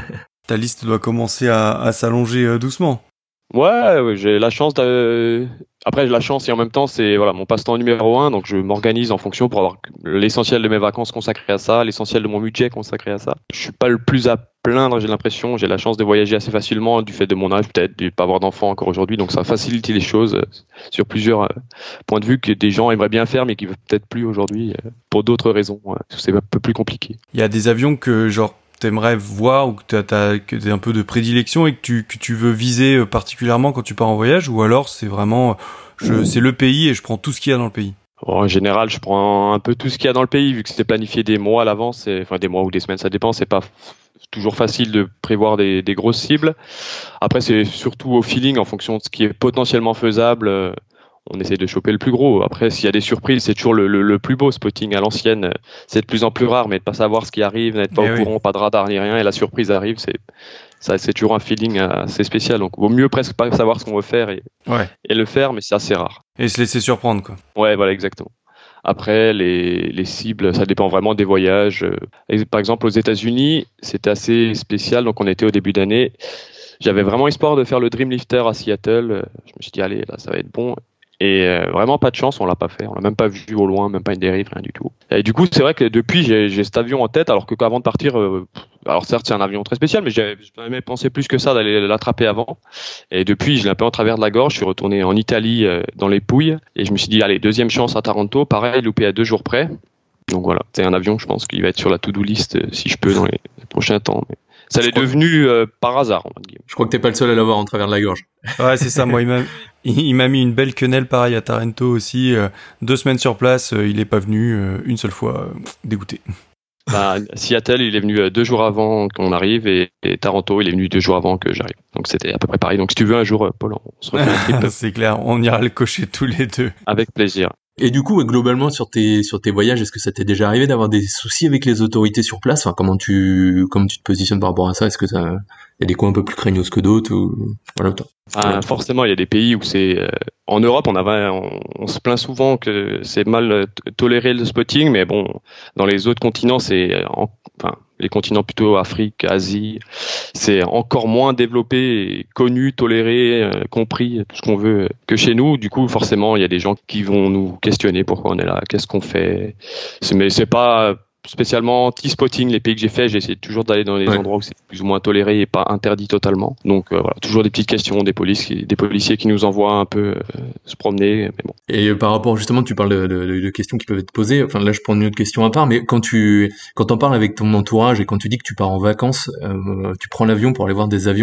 S1: Ta liste doit commencer à, à s'allonger euh, doucement.
S5: Ouais, ouais, j'ai la chance de... Après, j'ai la chance et en même temps, c'est voilà mon passe-temps numéro un, donc je m'organise en fonction pour avoir l'essentiel de mes vacances consacrées à ça, l'essentiel de mon budget consacré à ça. Je suis pas le plus à plaindre, j'ai l'impression, j'ai la chance de voyager assez facilement du fait de mon âge, peut-être, de pas avoir d'enfants encore aujourd'hui, donc ça facilite les choses sur plusieurs points de vue que des gens aimeraient bien faire, mais qui veulent peut-être plus aujourd'hui pour d'autres raisons, parce que c'est un peu plus compliqué.
S1: Il y a des avions que, genre, t'aimerais voir ou que t'as, t'as que t'as un peu de prédilection et que tu que tu veux viser particulièrement quand tu pars en voyage, ou alors c'est vraiment je c'est le pays et je prends tout ce qu'il y a dans le pays?
S5: En général, je prends un peu tout ce qu'il y a dans le pays vu que c'était planifié des mois à l'avance, et, enfin des mois ou des semaines, ça dépend. C'est pas toujours facile de prévoir des, des grosses cibles. Après, c'est surtout au feeling en fonction de ce qui est potentiellement faisable. On essaie de choper le plus gros. Après, s'il y a des surprises, c'est toujours le, le, le plus beau. Spotting à l'ancienne, c'est de plus en plus rare, mais de pas savoir ce qui arrive, n'être pas
S1: et
S5: au
S1: oui.
S5: courant, pas de radar ni rien, et la surprise arrive, c'est ça, c'est toujours un feeling assez spécial. Donc, vaut mieux presque pas savoir ce qu'on veut faire et,
S1: Ouais.
S5: et le faire, mais c'est assez rare.
S1: Et se laisser surprendre, quoi.
S5: Ouais, voilà, exactement. Après, les, les cibles, ça dépend vraiment des voyages. Et par exemple, aux États-Unis, c'était assez spécial. Donc, on était au début d'année. J'avais vraiment espoir de faire le Dreamlifter à Seattle. Je me suis dit, allez, là, ça va être bon. Et euh, vraiment pas de chance, on l'a pas fait. On l'a même pas vu au loin, même pas une dérive, rien du tout. Et du coup, c'est vrai que depuis, j'ai, j'ai cet avion en tête, alors que qu'avant de partir, euh, alors certes, c'est un avion très spécial, mais j'avais jamais pensé plus que ça d'aller l'attraper avant. Et depuis, je l'ai un peu en travers de la gorge. Je suis retourné en Italie, euh, dans les Pouilles, et je me suis dit, allez, deuxième chance à Taranto, pareil, loupé à deux jours près. Donc voilà, c'est un avion, je pense qu'il va être sur la to-do list euh, si je peux dans les prochains temps. Mais ça l'est devenu euh, par hasard.
S4: Je crois que t'es pas le seul à l'avoir en travers de la gorge.
S1: Ouais, c'est ça. Moi, il m'a, il m'a mis une belle quenelle pareil à Taranto aussi. Euh, deux semaines sur place, euh, il est pas venu euh, une seule fois. Euh, dégoûté.
S5: Bah, Seattle, il est venu deux jours avant qu'on arrive, et, et Taranto, il est venu deux jours avant que j'arrive. Donc c'était à peu près pareil. Donc si tu veux un jour, Paul, on se refait un trip.
S1: C'est clair, on ira le cocher tous les deux.
S5: Avec plaisir.
S4: Et du coup, globalement, sur tes, sur tes voyages, est-ce que ça t'est déjà arrivé d'avoir des soucis avec les autorités sur place? Enfin, comment tu, comment tu te positionnes par rapport à ça? Est-ce que ça, il y a des coins un peu plus craignos que d'autres ou, voilà, toi.
S5: Ah, forcément, il y a des pays où c'est, euh, en Europe, on avait, on, on se plaint souvent que c'est mal t- toléré le spotting, mais bon, dans les autres continents, c'est, en, enfin, les continents plutôt Afrique, Asie, c'est encore moins développé, et connu, toléré, euh, compris, tout ce qu'on veut que chez nous. Du coup, forcément, il y a des gens qui vont nous questionner pourquoi on est là, qu'est-ce qu'on fait. C'est, mais c'est pas spécialement anti-spotting, les pays que j'ai fait, j'ai essayé toujours d'aller dans les
S4: ouais.
S5: endroits où c'est plus ou moins toléré et pas interdit totalement. Donc euh, voilà, toujours des petites questions, des polices, qui, des policiers qui nous envoient un peu euh, se promener, mais bon.
S4: Et euh, par rapport justement, tu parles de, de, de questions qui peuvent être posées. Enfin là, je prends une autre question à part, mais quand tu quand t'en parles avec ton entourage et quand tu dis que tu pars en vacances, euh, tu prends l'avion pour aller voir des avions.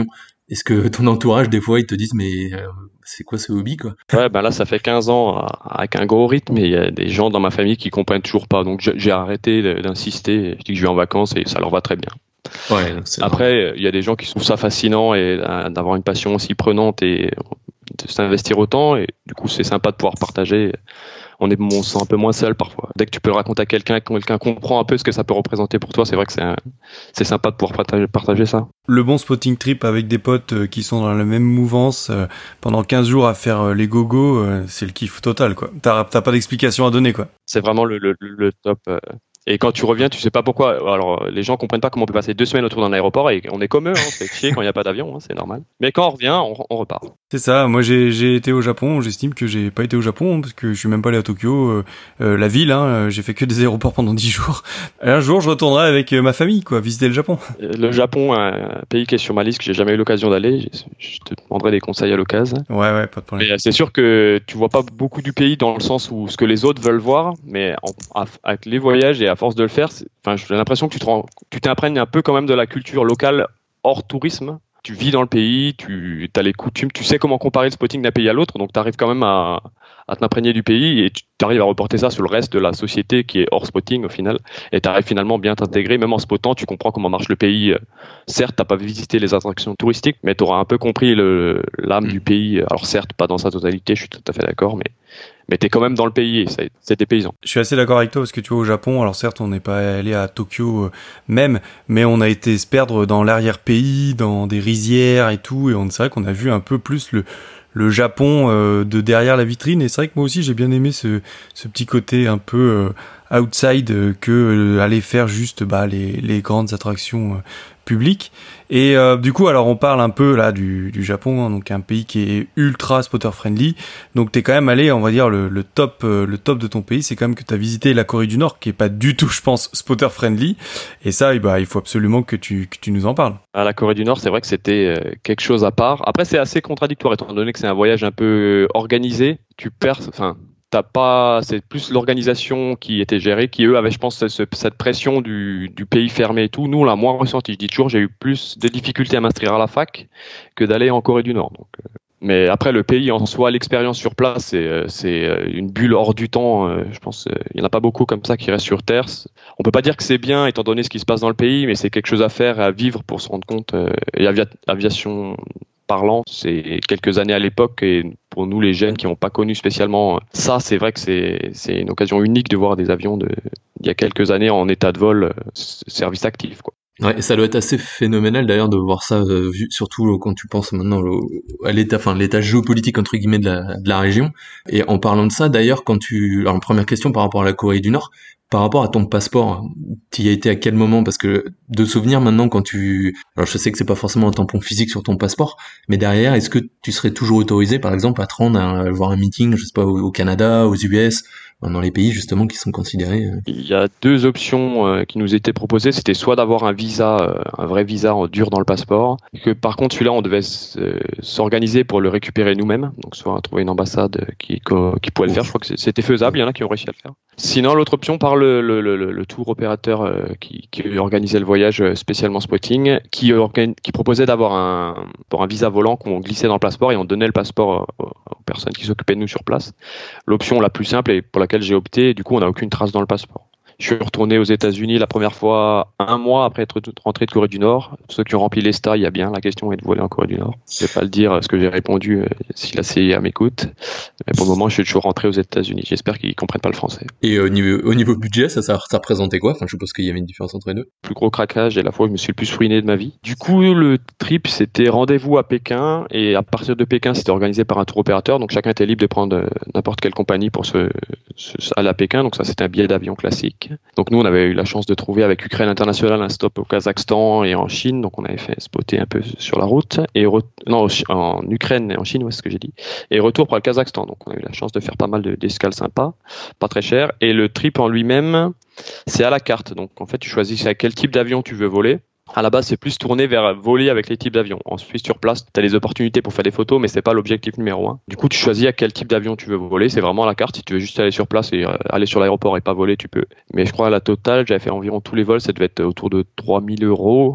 S4: Est-ce que ton entourage, des fois, ils te disent, mais euh, c'est quoi ce hobby, quoi?
S5: Ouais, ben là, ça fait quinze ans euh, avec un gros rythme et il y a des gens dans ma famille qui comprennent toujours pas. Donc, j'ai j'ai arrêté de- d'insister. Je dis que je vais en vacances et ça leur va très bien.
S4: Ouais, donc c'est
S5: Après, il y a des gens qui trouvent ça fascinant et euh, d'avoir une passion aussi prenante et de s'investir autant. Et du coup, c'est sympa de pouvoir partager. On est, on se sent un peu moins seul parfois. Dès que tu peux le raconter à quelqu'un, que quelqu'un comprend un peu ce que ça peut représenter pour toi, c'est vrai que c'est, un- c'est sympa de pouvoir partager, partager ça.
S1: Le bon spotting trip avec des potes euh, qui sont dans la même mouvance euh, pendant quinze jours à faire euh, les gogos, euh, c'est le kiff total, quoi. T'as, t'as pas d'explication à donner, quoi.
S5: C'est vraiment le, le, le top. euh. Et quand tu reviens, tu sais pas pourquoi. Alors, les gens comprennent pas comment on peut passer deux semaines autour d'un aéroport et on est comme eux, hein, c'est chier quand il n'y a pas d'avion, hein, c'est normal. Mais quand on revient, on, on repart.
S1: C'est ça, moi j'ai, j'ai été au Japon, j'estime que j'ai pas été au Japon parce que je suis même pas allé à Tokyo, euh, euh, la ville, hein, euh, j'ai fait que des aéroports pendant dix jours. Et un jour je retournerai avec euh, ma famille, quoi, visiter le Japon.
S5: Euh, Le Japon, un pays qui est sur ma liste que j'ai jamais eu l'occasion d'aller, je, je te demanderai des conseils à l'occasion.
S1: Ouais, ouais, pas de problème.
S5: Mais euh, c'est sûr que tu vois pas beaucoup du pays dans le sens où ce que les autres veulent voir, mais en, à- avec les voyages et à force de le faire, c'est- enfin, j'ai l'impression que tu te rends, tu t'imprègnes un peu quand même de la culture locale hors tourisme. Tu vis dans le pays, tu as les coutumes, tu sais comment comparer le spotting d'un pays à l'autre, donc tu arrives quand même à, à t'imprégner du pays et tu arrives à reporter ça sur le reste de la société qui est hors spotting au final, et tu arrives finalement bien t'intégrer, même en spotant, tu comprends comment marche le pays. Certes, t'as pas visité les attractions touristiques, mais tu auras un peu compris le, l'âme
S4: Mm.
S5: du pays. Alors certes, pas dans sa totalité, je suis tout à fait d'accord, mais mais t'es quand même dans le pays, et c'est, c'est des paysans.
S1: Je suis assez d'accord avec toi parce que tu vois au Japon, alors certes on n'est pas allé à Tokyo euh, même, mais on a été se perdre dans l'arrière-pays, dans des rizières et tout, et on c'est vrai qu'on a vu un peu plus le le Japon euh, de derrière la vitrine, et c'est vrai que moi aussi j'ai bien aimé ce ce petit côté un peu euh, outside euh, que euh, aller faire juste bah les les grandes attractions euh, publiques. Et euh, du coup alors on parle un peu là du du Japon, hein, donc un pays qui est ultra spotter friendly. Donc t'es quand même allé, on va dire le, le top, euh, le top de ton pays, c'est quand même que t'as visité la Corée du Nord, qui est pas du tout, je pense, spotter friendly. Et ça, eh bah, il faut absolument que tu que tu nous en parles.
S5: À la Corée du Nord, c'est vrai que c'était euh, quelque chose à part. Après, c'est assez contradictoire étant donné que c'est un voyage un peu organisé. Tu perds, enfin, t'as pas, c'est plus l'organisation qui était gérée, qui eux avaient, je pense, ce- cette pression du, du pays fermé et tout. Nous, on l'a moins ressenti. Je dis toujours, j'ai eu plus de difficultés à m'inscrire à la fac que d'aller en Corée du Nord. Donc, euh, mais après, le pays en soi, l'expérience sur place, c'est, euh, c'est euh, une bulle hors du temps. euh, Je pense, euh, il y en a pas beaucoup comme ça qui restent sur Terre. On peut pas dire que c'est bien étant donné ce qui se passe dans le pays, mais c'est quelque chose à faire, à vivre pour se rendre compte. euh, Et avia- aviation parlant, c'est quelques années à l'époque, et pour nous les jeunes qui n'ont pas connu spécialement euh, ça, c'est vrai que c'est c'est une occasion unique de voir des avions de il y a quelques années en état de vol, euh, s- service actif, quoi.
S4: Ouais, et ça doit être assez phénoménal d'ailleurs de voir ça, euh, vu, surtout euh, quand tu penses maintenant au- à l'état, enfin l'état géopolitique entre guillemets de la, de la région. Et en parlant de ça, d'ailleurs, quand tu, alors première question par rapport à la Corée du Nord, par rapport à ton passeport, tu y as été à quel moment? Parce que de souvenir maintenant quand tu, alors je sais que c'est pas forcément un tampon physique sur ton passeport, mais derrière, est-ce que tu serais toujours autorisé, par exemple, à te rendre à voir un meeting, je sais pas, au, au Canada, aux U S, dans les pays justement qui sont considérés. euh,
S5: Il y a deux options euh, qui nous étaient proposées, c'était soit d'avoir un visa, euh, un vrai visa en dur dans le passeport, que par contre celui-là on devait s- euh, s'organiser pour le récupérer nous-mêmes, donc soit trouver une ambassade euh, qui, co- qui pouvait le faire, je crois que c'est- c'était faisable, il y en a qui ont réussi à le faire. Sinon l'autre option par le, le, le, le tour opérateur euh, qui, qui organisait le voyage euh, spécialement spotting, qui, organ- qui proposait d'avoir un, pour un visa volant qu'on glissait dans le passeport et on donnait le passeport euh, aux personnes qui s'occupaient de nous sur place. L'option la plus simple et pour laquelle j'ai opté, et du coup on n'a aucune trace dans le passeport. Je suis retourné aux États-Unis la première fois un mois après être rentré de Corée du Nord. Ceux qui ont rempli l'ESTA, il y a bien la question est de voler en Corée du Nord. Je vais pas le dire ce que j'ai répondu euh, si la C I A m'écoute. Mais pour le moment, je suis toujours rentré aux États-Unis. J'espère qu'ils comprennent pas le français.
S4: Et au niveau, au niveau budget, ça, ça, ça représentait quoi? Enfin, je suppose qu'il y avait une différence entre les deux.
S5: Plus gros craquage et la fois où je me suis le plus ruiné de ma vie. Du coup, le trip, c'était rendez-vous à Pékin, et à partir de Pékin, c'était organisé par un tour opérateur, donc chacun était libre de prendre euh, n'importe quelle compagnie pour se, se aller à Pékin. Donc ça, c'était un billet d'avion classique. Donc nous, on avait eu la chance de trouver avec Ukraine International un stop au Kazakhstan et en Chine, donc on avait fait spotter un peu sur la route, et re- non, en Ukraine et en Chine, ouais, c'est ce que j'ai dit, et retour pour le Kazakhstan. Donc on a eu la chance de faire pas mal de, d'escales sympas, pas très cher, et le trip en lui-même, c'est à la carte. Donc en fait, tu choisis à quel type d'avion tu veux voler. À la base, c'est plus tourné vers voler avec les types d'avions. Ensuite, sur place, tu as les opportunités pour faire des photos, mais c'est pas l'objectif numéro un. Du coup, tu choisis à quel type d'avion tu veux voler. C'est vraiment à la carte. Si tu veux juste aller sur place et euh, aller sur l'aéroport et pas voler, tu peux. Mais je crois à la totale, j'avais fait environ tous les vols, ça devait être autour de trois mille euros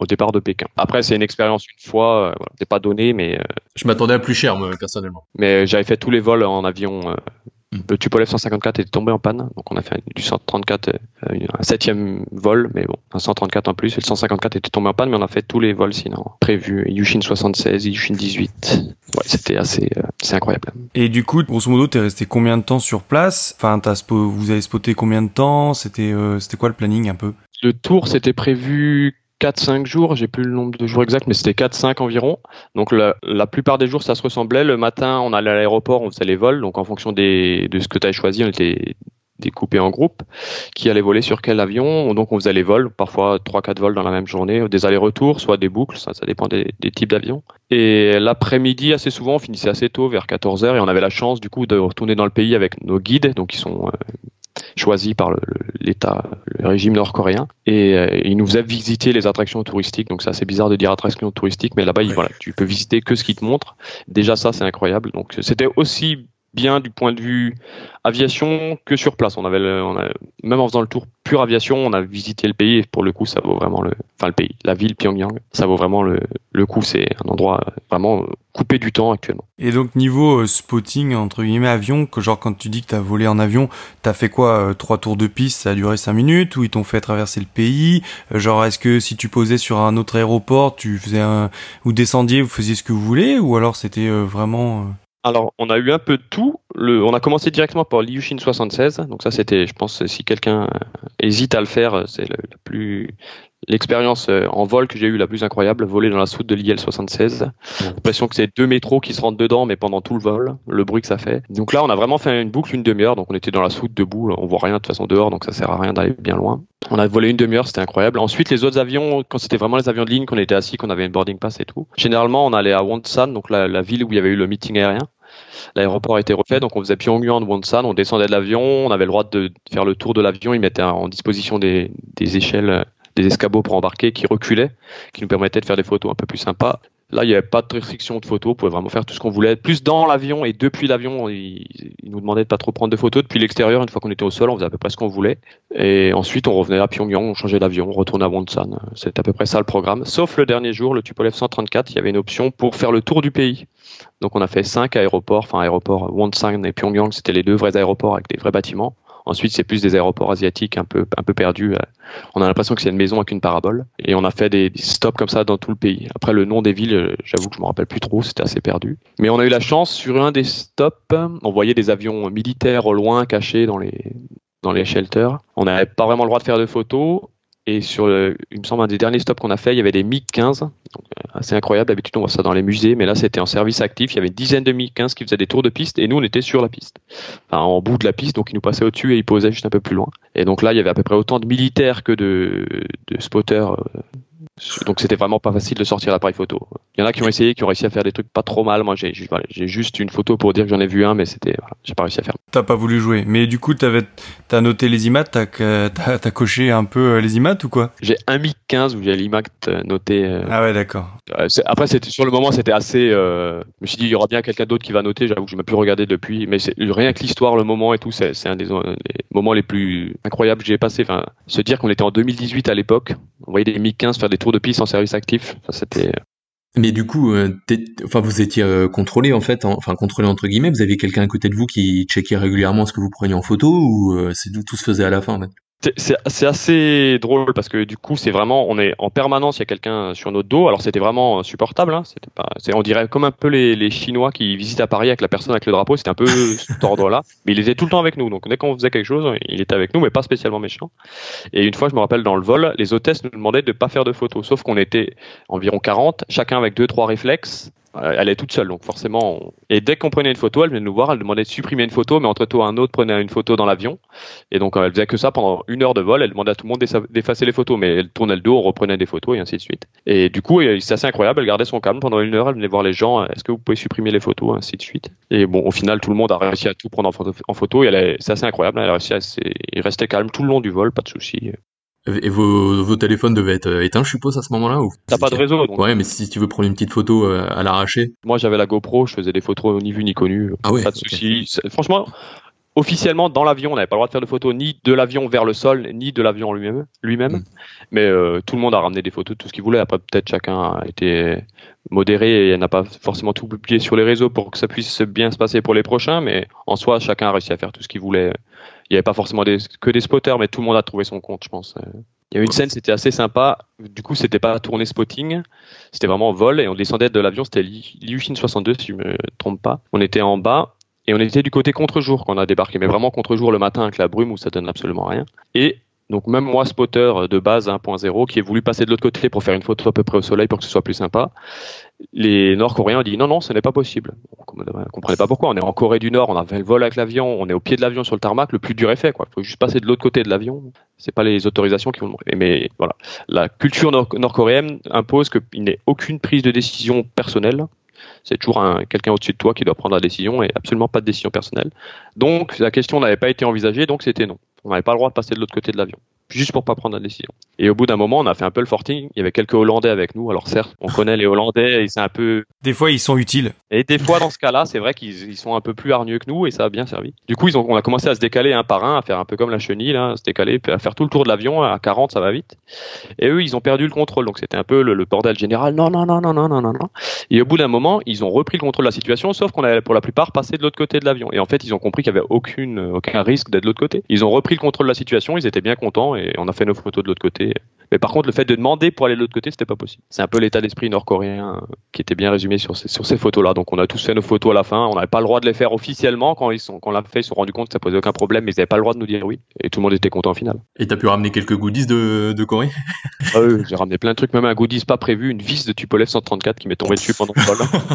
S5: au départ de Pékin. Après, c'est une expérience une fois, euh, voilà, c'est pas donné, mais euh,
S4: Je m'attendais à plus cher, moi, personnellement.
S5: mais j'avais fait tous les vols en avion. euh, Le Tupolev cent cinquante-quatre était tombé en panne, donc on a fait du cent trente-quatre, euh, un septième vol, mais bon, un cent trente-quatre en plus, et le cent cinquante-quatre était tombé en panne, mais on a fait tous les vols sinon prévus. Yushin soixante-seize, Yushin dix-huit, ouais, c'était assez, euh, c'est incroyable.
S1: Et du coup, grosso modo, t'es resté combien de temps sur place? Enfin, t'as spo- vous avez spoté combien de temps? C'était, euh, c'était quoi le planning un peu?
S5: Le tour, c'était prévu quatre cinq jours, j'ai plus le nombre de jours exact, mais c'était quatre cinq environ. Donc la, la plupart des jours, ça se ressemblait. Le matin, on allait à l'aéroport, on faisait les vols. Donc en fonction des, de ce que tu avais choisi, on était découpés en groupes qui allaient voler sur quel avion. Donc on faisait les vols, parfois trois quatre vols dans la même journée, des allers-retours, soit des boucles, ça, ça dépend des, des types d'avions. Et l'après-midi, assez souvent, on finissait assez tôt, vers quatorze heures, et on avait la chance du coup de retourner dans le pays avec nos guides, donc ils sont... Euh, choisi par le, l'État, le régime nord-coréen, et euh, il nous faisait visiter les attractions touristiques. Donc c'est assez bizarre de dire attractions touristiques, mais là-bas, il, voilà, tu peux visiter que ce qu'ils te montrent. Déjà ça, c'est incroyable. Donc c'était aussi bien du point de vue aviation que sur place. On avait, le, on a, même en faisant le tour pure aviation, on a visité le pays, et pour le coup, ça vaut vraiment le, enfin le pays, la ville Pyongyang, ça vaut vraiment le, le coup. C'est un endroit vraiment coupé du temps actuellement.
S1: Et donc niveau euh, spotting entre guillemets avion, que genre quand tu dis que t'as volé en avion, t'as fait quoi, euh, trois tours de piste, ça a duré cinq minutes, ou ils t'ont fait traverser le pays, euh, genre est-ce que si tu posais sur un autre aéroport, tu faisais un, vous descendiez, vous faisiez ce que vous voulez, ou alors c'était euh, vraiment euh...
S5: Alors, on a eu un peu de tout. Le, on a commencé directement par l'Yushin soixante-seize. Donc ça, c'était, je pense, si quelqu'un hésite à le faire, c'est le, le plus, l'expérience en vol que j'ai eue la plus incroyable, voler dans la soute de l'I L soixante-seize. J'ai l'impression que c'est deux métros qui se rentrent dedans, mais pendant tout le vol, le bruit que ça fait. Donc là, on a vraiment fait une boucle, une demi-heure. Donc on était dans la soute debout, on voit rien de toute façon dehors, donc ça sert à rien d'aller bien loin. On a volé une demi-heure, c'était incroyable. Ensuite, les autres avions, quand c'était vraiment les avions de ligne, qu'on était assis, qu'on avait une boarding pass et tout. Généralement, on allait à Wonsan, donc la, la ville où il y avait eu le meeting aérien. L'aéroport a été refait, donc on faisait Pyongyang, Wonsan, on descendait de l'avion, on avait le droit de faire le tour de l'avion, ils mettaient en disposition des, des échelles, des escabeaux pour embarquer qui reculaient, qui nous permettaient de faire des photos un peu plus sympas. Là, il n'y avait pas de restriction de photos, on pouvait vraiment faire tout ce qu'on voulait. Plus dans l'avion et depuis l'avion, ils, ils nous demandaient de pas trop prendre de photos. Depuis l'extérieur, une fois qu'on était au sol, on faisait à peu près ce qu'on voulait. Et ensuite, on revenait à Pyongyang, on changeait d'avion, on retournait à Wonsan. C'était à peu près ça le programme. Sauf le dernier jour, le Tupolev cent trente-quatre, il y avait une option pour faire le tour du pays. Donc on a fait cinq aéroports, enfin aéroports Wonsan et Pyongyang, c'était les deux vrais aéroports avec des vrais bâtiments. Ensuite, c'est plus des aéroports asiatiques un peu, un peu perdus. On a l'impression que c'est une maison avec une parabole. Et on a fait des, des stops comme ça dans tout le pays. Après, le nom des villes, j'avoue que je me rappelle plus trop, c'était assez perdu. Mais on a eu la chance, sur un des stops, on voyait des avions militaires au loin, cachés dans les, dans les shelters. On n'avait pas vraiment le droit de faire de photos. Et sur le, il me semble, un des derniers stops qu'on a fait, il y avait des MiG quinze. Donc, assez incroyable. D'habitude, on voit ça dans les musées, mais là, c'était en service actif. Il y avait une dizaine de MiG quinze qui faisaient des tours de piste et nous, on était sur la piste. Enfin, en bout de la piste, donc ils nous passaient au-dessus et ils posaient juste un peu plus loin. Et donc là, il y avait à peu près autant de militaires que de, de spotters. Donc c'était vraiment pas facile de sortir l'appareil photo. Il y en a qui ont essayé, qui ont réussi à faire des trucs pas trop mal. Moi, j'ai, j'ai, voilà, j'ai juste une photo pour dire que j'en ai vu un, mais c'était, voilà, j'ai pas réussi à faire.
S1: T'as pas voulu jouer. Mais du coup, t'avais, t'as noté les I M A T, t'as, t'as, t'as coché un peu les I M A T ou quoi?
S5: J'ai un MiG quinze où j'ai l'I M A T noté. Euh,
S1: ah ouais, d'accord.
S5: Euh, c'est, après, c'était, sur le moment, c'était assez. Euh, je me suis dit, il y aura bien quelqu'un d'autre qui va noter. J'avoue que je m'ai plus regardé depuis, mais c'est, rien que l'histoire, le moment et tout, c'est, c'est un des les moments les plus incroyables que j'ai passé. Enfin, se dire qu'on était en deux mille dix-huit à l'époque, on voyait des MiG quinze faire des tours de piste en service actif. Enfin, c'était.
S4: Mais du coup, euh, enfin, vous étiez euh, contrôlé en fait, en, enfin contrôlé entre guillemets. Vous aviez quelqu'un à côté de vous qui checkait régulièrement ce que vous preniez en photo, ou euh, c'est tout, tout se faisait à la fin en fait?
S5: C'est, c'est assez drôle parce que du coup c'est vraiment, on est en permanence, il y a quelqu'un sur notre dos. Alors c'était vraiment supportable, hein. C'était pas, c'est, on dirait comme un peu les, les Chinois qui visitent à Paris avec la personne avec le drapeau. C'était un peu cet ordre-là, mais il était tout le temps avec nous. Donc dès qu'on faisait quelque chose, il était avec nous, mais pas spécialement méchant. Et une fois, je me rappelle dans le vol, les hôtesses nous demandaient de pas faire de photos, sauf qu'on était environ quarante, chacun avec deux trois réflexes. Elle est toute seule, donc forcément. On... Et dès qu'on prenait une photo, elle venait nous voir, elle demandait de supprimer une photo, mais entre toi un autre prenait une photo dans l'avion. Et donc elle faisait que ça pendant une heure de vol. Elle demandait à tout le monde d'effacer les photos, mais elle tournait le dos, on reprenait des photos et ainsi de suite. Et du coup, c'est assez incroyable. Elle gardait son calme pendant une heure. Elle venait voir les gens. Est-ce que vous pouvez supprimer les photos, ainsi de suite. Et bon, au final, tout le monde a réussi à tout prendre en photo. En photo et elle est... c'est assez incroyable. Elle a réussi à il restait calme tout le long du vol, pas de souci.
S4: Et vos, vos téléphones devaient être éteints, je suppose, à ce moment-là, ou?
S5: T'as pas de réseau, donc.
S4: Ouais, mais si tu veux prendre une petite photo à l'arraché.
S5: Moi, j'avais la GoPro, je faisais des photos ni vues ni connues.
S4: Ah ouais.
S5: Pas de soucis. Okay. Franchement, officiellement, dans l'avion, on n'avait pas le droit de faire de photos ni de l'avion vers le sol, ni de l'avion lui-même. lui-même. Mmh. Mais euh, tout le monde a ramené des photos de tout ce qu'il voulait. Après, peut-être chacun a été modéré et n'a pas forcément tout publié sur les réseaux pour que ça puisse bien se passer pour les prochains. Mais en soi, chacun a réussi à faire tout ce qu'il voulait. Il n'y avait pas forcément des, que des spotters, mais tout le monde a trouvé son compte, je pense. Il y a eu une scène, c'était assez sympa. Du coup, c'était pas tourné spotting, c'était vraiment vol et on descendait de l'avion. C'était l'Ilyushin soixante-deux, si je me trompe pas. On était en bas. Et on était du côté contre-jour quand on a débarqué, mais vraiment contre-jour le matin avec la brume où ça donne absolument rien. Et donc même moi, spotter de base un point zéro, qui est voulu passer de l'autre côté pour faire une photo à peu près au soleil pour que ce soit plus sympa, les Nord-Coréens ont dit non, non, ce n'est pas possible. On ne comprenait pas pourquoi. On est en Corée du Nord, on a fait le vol avec l'avion, on est au pied de l'avion sur le tarmac, le plus dur est fait, quoi. Il faut juste passer de l'autre côté de l'avion. C'est pas les autorisations qui vont demander. Mais voilà, la culture nord- nord-coréenne impose qu'il n'y ait aucune prise de décision personnelle. C'est toujours un, quelqu'un au-dessus de toi qui doit prendre la décision et absolument pas de décision personnelle. Donc la question n'avait pas été envisagée, donc c'était non. On n'avait pas le droit de passer de l'autre côté de l'avion, juste pour pas prendre la décision. Et au bout d'un moment, on a fait un peu le forting. Il y avait quelques Hollandais avec nous. Alors certes, on connaît les Hollandais et c'est un peu...
S1: Des fois, ils sont utiles.
S5: Et des fois, dans ce cas-là, c'est vrai qu'ils ils sont un peu plus hargneux que nous et ça a bien servi. Du coup, ils ont, on a commencé à se décaler un par un, à faire un peu comme la chenille, là, à se décaler, puis à faire tout le tour de l'avion. À quarante, ça va vite. Et eux, ils ont perdu le contrôle. Donc c'était un peu le, le bordel général. Non, non, non, non, non, non, non, non. Et au bout d'un moment, ils ont repris le contrôle de la situation, sauf qu'on avait pour la plupart passé de l'autre côté de l'avion. Et en fait, ils ont compris qu'il n'y avait aucune, aucun risque d'être de l'autre côté. Ils ont repris le contrôle de la situation, ils étaient bien contents et on a fait nos photos de l'autre côté. Mais par contre, le fait de demander pour aller de l'autre côté, c'était pas possible. C'est un peu l'état d'esprit nord-coréen qui était bien résumé sur ces, sur ces photos-là. Donc on a tous fait nos photos à la fin. On n'avait pas le droit de les faire officiellement. Quand ils sont, quand on l'a fait, ils se sont rendus compte que ça posait aucun problème, mais ils n'avaient pas le droit de nous dire oui. Et tout le monde était content au final.
S4: Et t'as pu ramener quelques goodies de, de Corée?
S5: Ah oui, j'ai ramené plein de trucs, même un goodies pas prévu, une vis de Tupolev cent trente-quatre qui m'est tombée dessus pendant le vol.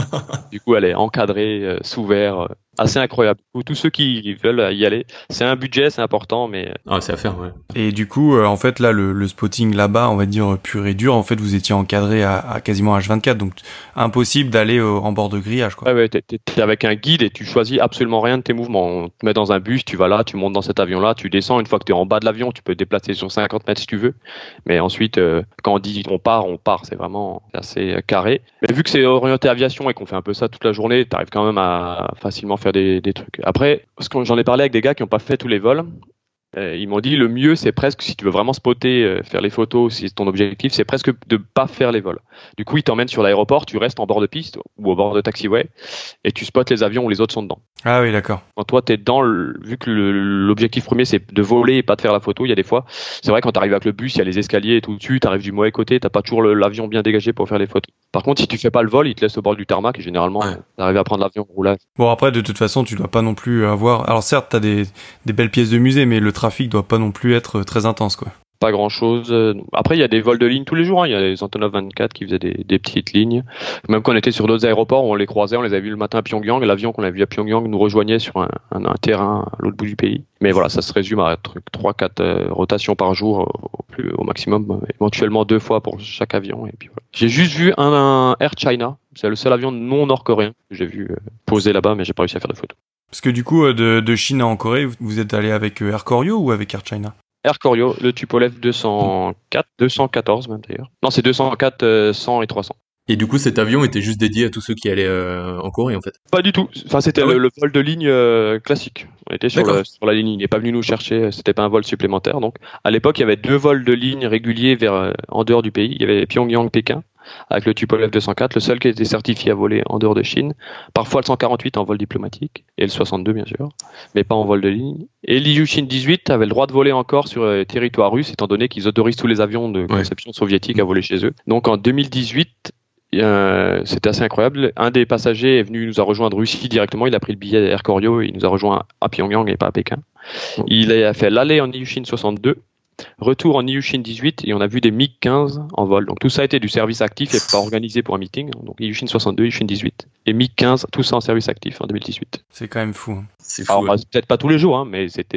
S5: Du coup, elle est encadrée, euh, sous verre. Euh, assez incroyable. Pour tous ceux qui veulent y aller, c'est un budget, c'est important, mais...
S4: Ah, c'est à faire, ouais.
S1: Et du coup, euh, en fait, là, le, le spotting là-bas, on va dire pur et dur, en fait, vous étiez encadré à, à quasiment H vingt-quatre, donc impossible d'aller euh, en bord de grillage, quoi.
S5: Ouais, ouais, t'es, t'es, t'es avec un guide et tu choisis absolument rien de tes mouvements. On te met dans un bus, tu vas là, tu montes dans cet avion-là, tu descends. Une fois que t'es en bas de l'avion, tu peux te déplacer sur cinquante mètres si tu veux. Mais ensuite, euh, quand on dit on part, on part. C'est vraiment assez euh, carré. Mais vu que c'est orienté aviation et qu'on fait un peu ça toute la journée, t'arrives quand même à facilement faire des, des trucs. Après, parce que j'en ai parlé avec des gars qui n'ont pas fait tous les vols, euh, ils m'ont dit le mieux c'est presque, si tu veux vraiment spotter, euh, faire les photos, si c'est ton objectif, c'est presque de pas faire les vols. Du coup, ils t'emmènent sur l'aéroport, tu restes en bord de piste ou au bord de taxiway et tu spots les avions où les autres sont dedans.
S1: Ah oui, d'accord.
S5: Quand toi t'es dans le, vu que le, l'objectif premier c'est de voler et pas de faire la photo, il y a des fois, c'est vrai quand t'arrives avec le bus, il y a les escaliers et tout dessus, t'arrives du mauvais côté, t'as pas toujours le, l'avion bien dégagé pour faire les photos. Par contre, si tu fais pas le vol, ils te laissent au bord du tarmac et généralement, ouais. T'arrives à prendre l'avion roulage.
S1: Bon, après, de toute façon, tu dois pas non plus avoir... Alors certes, t'as des, des belles pièces de musée, mais le trafic doit pas non plus être très intense, quoi.
S5: Pas grand chose. Après, il y a des vols de ligne tous les jours. Hein. Il y a les Antonov vingt-quatre qui faisaient des, des petites lignes. Même quand on était sur d'autres aéroports, on les croisait, on les avait vus le matin à Pyongyang. L'avion qu'on a vu à Pyongyang nous rejoignait sur un, un, un terrain à l'autre bout du pays. Mais voilà, ça se résume à trois quatre euh, rotations par jour au, plus, au maximum, éventuellement deux fois pour chaque avion. Et puis voilà. J'ai juste vu un, un Air China. C'est le seul avion non nord-coréen que j'ai vu euh, poser là-bas, mais j'ai pas réussi à faire de photos.
S1: Parce que du coup, de, de Chine en Corée, vous êtes allé avec Air Koryo ou avec Air China?
S5: Air Koryo, le Tupolev deux cent quatre, deux cent quatorze même d'ailleurs. Non, c'est deux cent quatre, euh, cent et trois cents.
S4: Et du coup, cet avion était juste dédié à tous ceux qui allaient euh, en Corée, en fait?
S5: Pas du tout. Enfin, c'était ah ouais. le, le vol de ligne euh, classique. On était sur, le, sur la ligne. Il n'est pas venu nous chercher. C'était pas un vol supplémentaire. Donc, à l'époque, il y avait deux vols de ligne réguliers vers euh, en dehors du pays. Il y avait Pyongyang-Pékin avec le Tupolev deux cent quatre, le seul qui était certifié à voler en dehors de Chine. Parfois le cent quarante-huit en vol diplomatique et le soixante-deux bien sûr, mais pas en vol de ligne. Et l'Ilyushin dix-huit avait le droit de voler encore sur le territoire russe, étant donné qu'ils autorisent tous les avions de conception ouais. soviétique à voler chez eux. Donc en deux mille dix-huit, euh, c'était assez incroyable. Un des passagers est venu nous a rejoint de Russie directement. Il a pris le billet Air Koryo et il nous a rejoint à Pyongyang et pas à Pékin. Il a fait l'aller en Ilyushin soixante-deux. Retour en Ilyushin dix-huit et on a vu des MiG quinze en vol. Donc tout ça a été du service actif et pas organisé pour un meeting. Donc Ilyushin soixante-deux, Ilyushin dix-huit et MiG quinze, tout ça en service actif en deux mille dix-huit.
S1: C'est quand même fou. Hein.
S4: C'est fou.
S5: Alors,
S4: ouais.
S5: Peut-être pas tous les jours, hein, mais c'était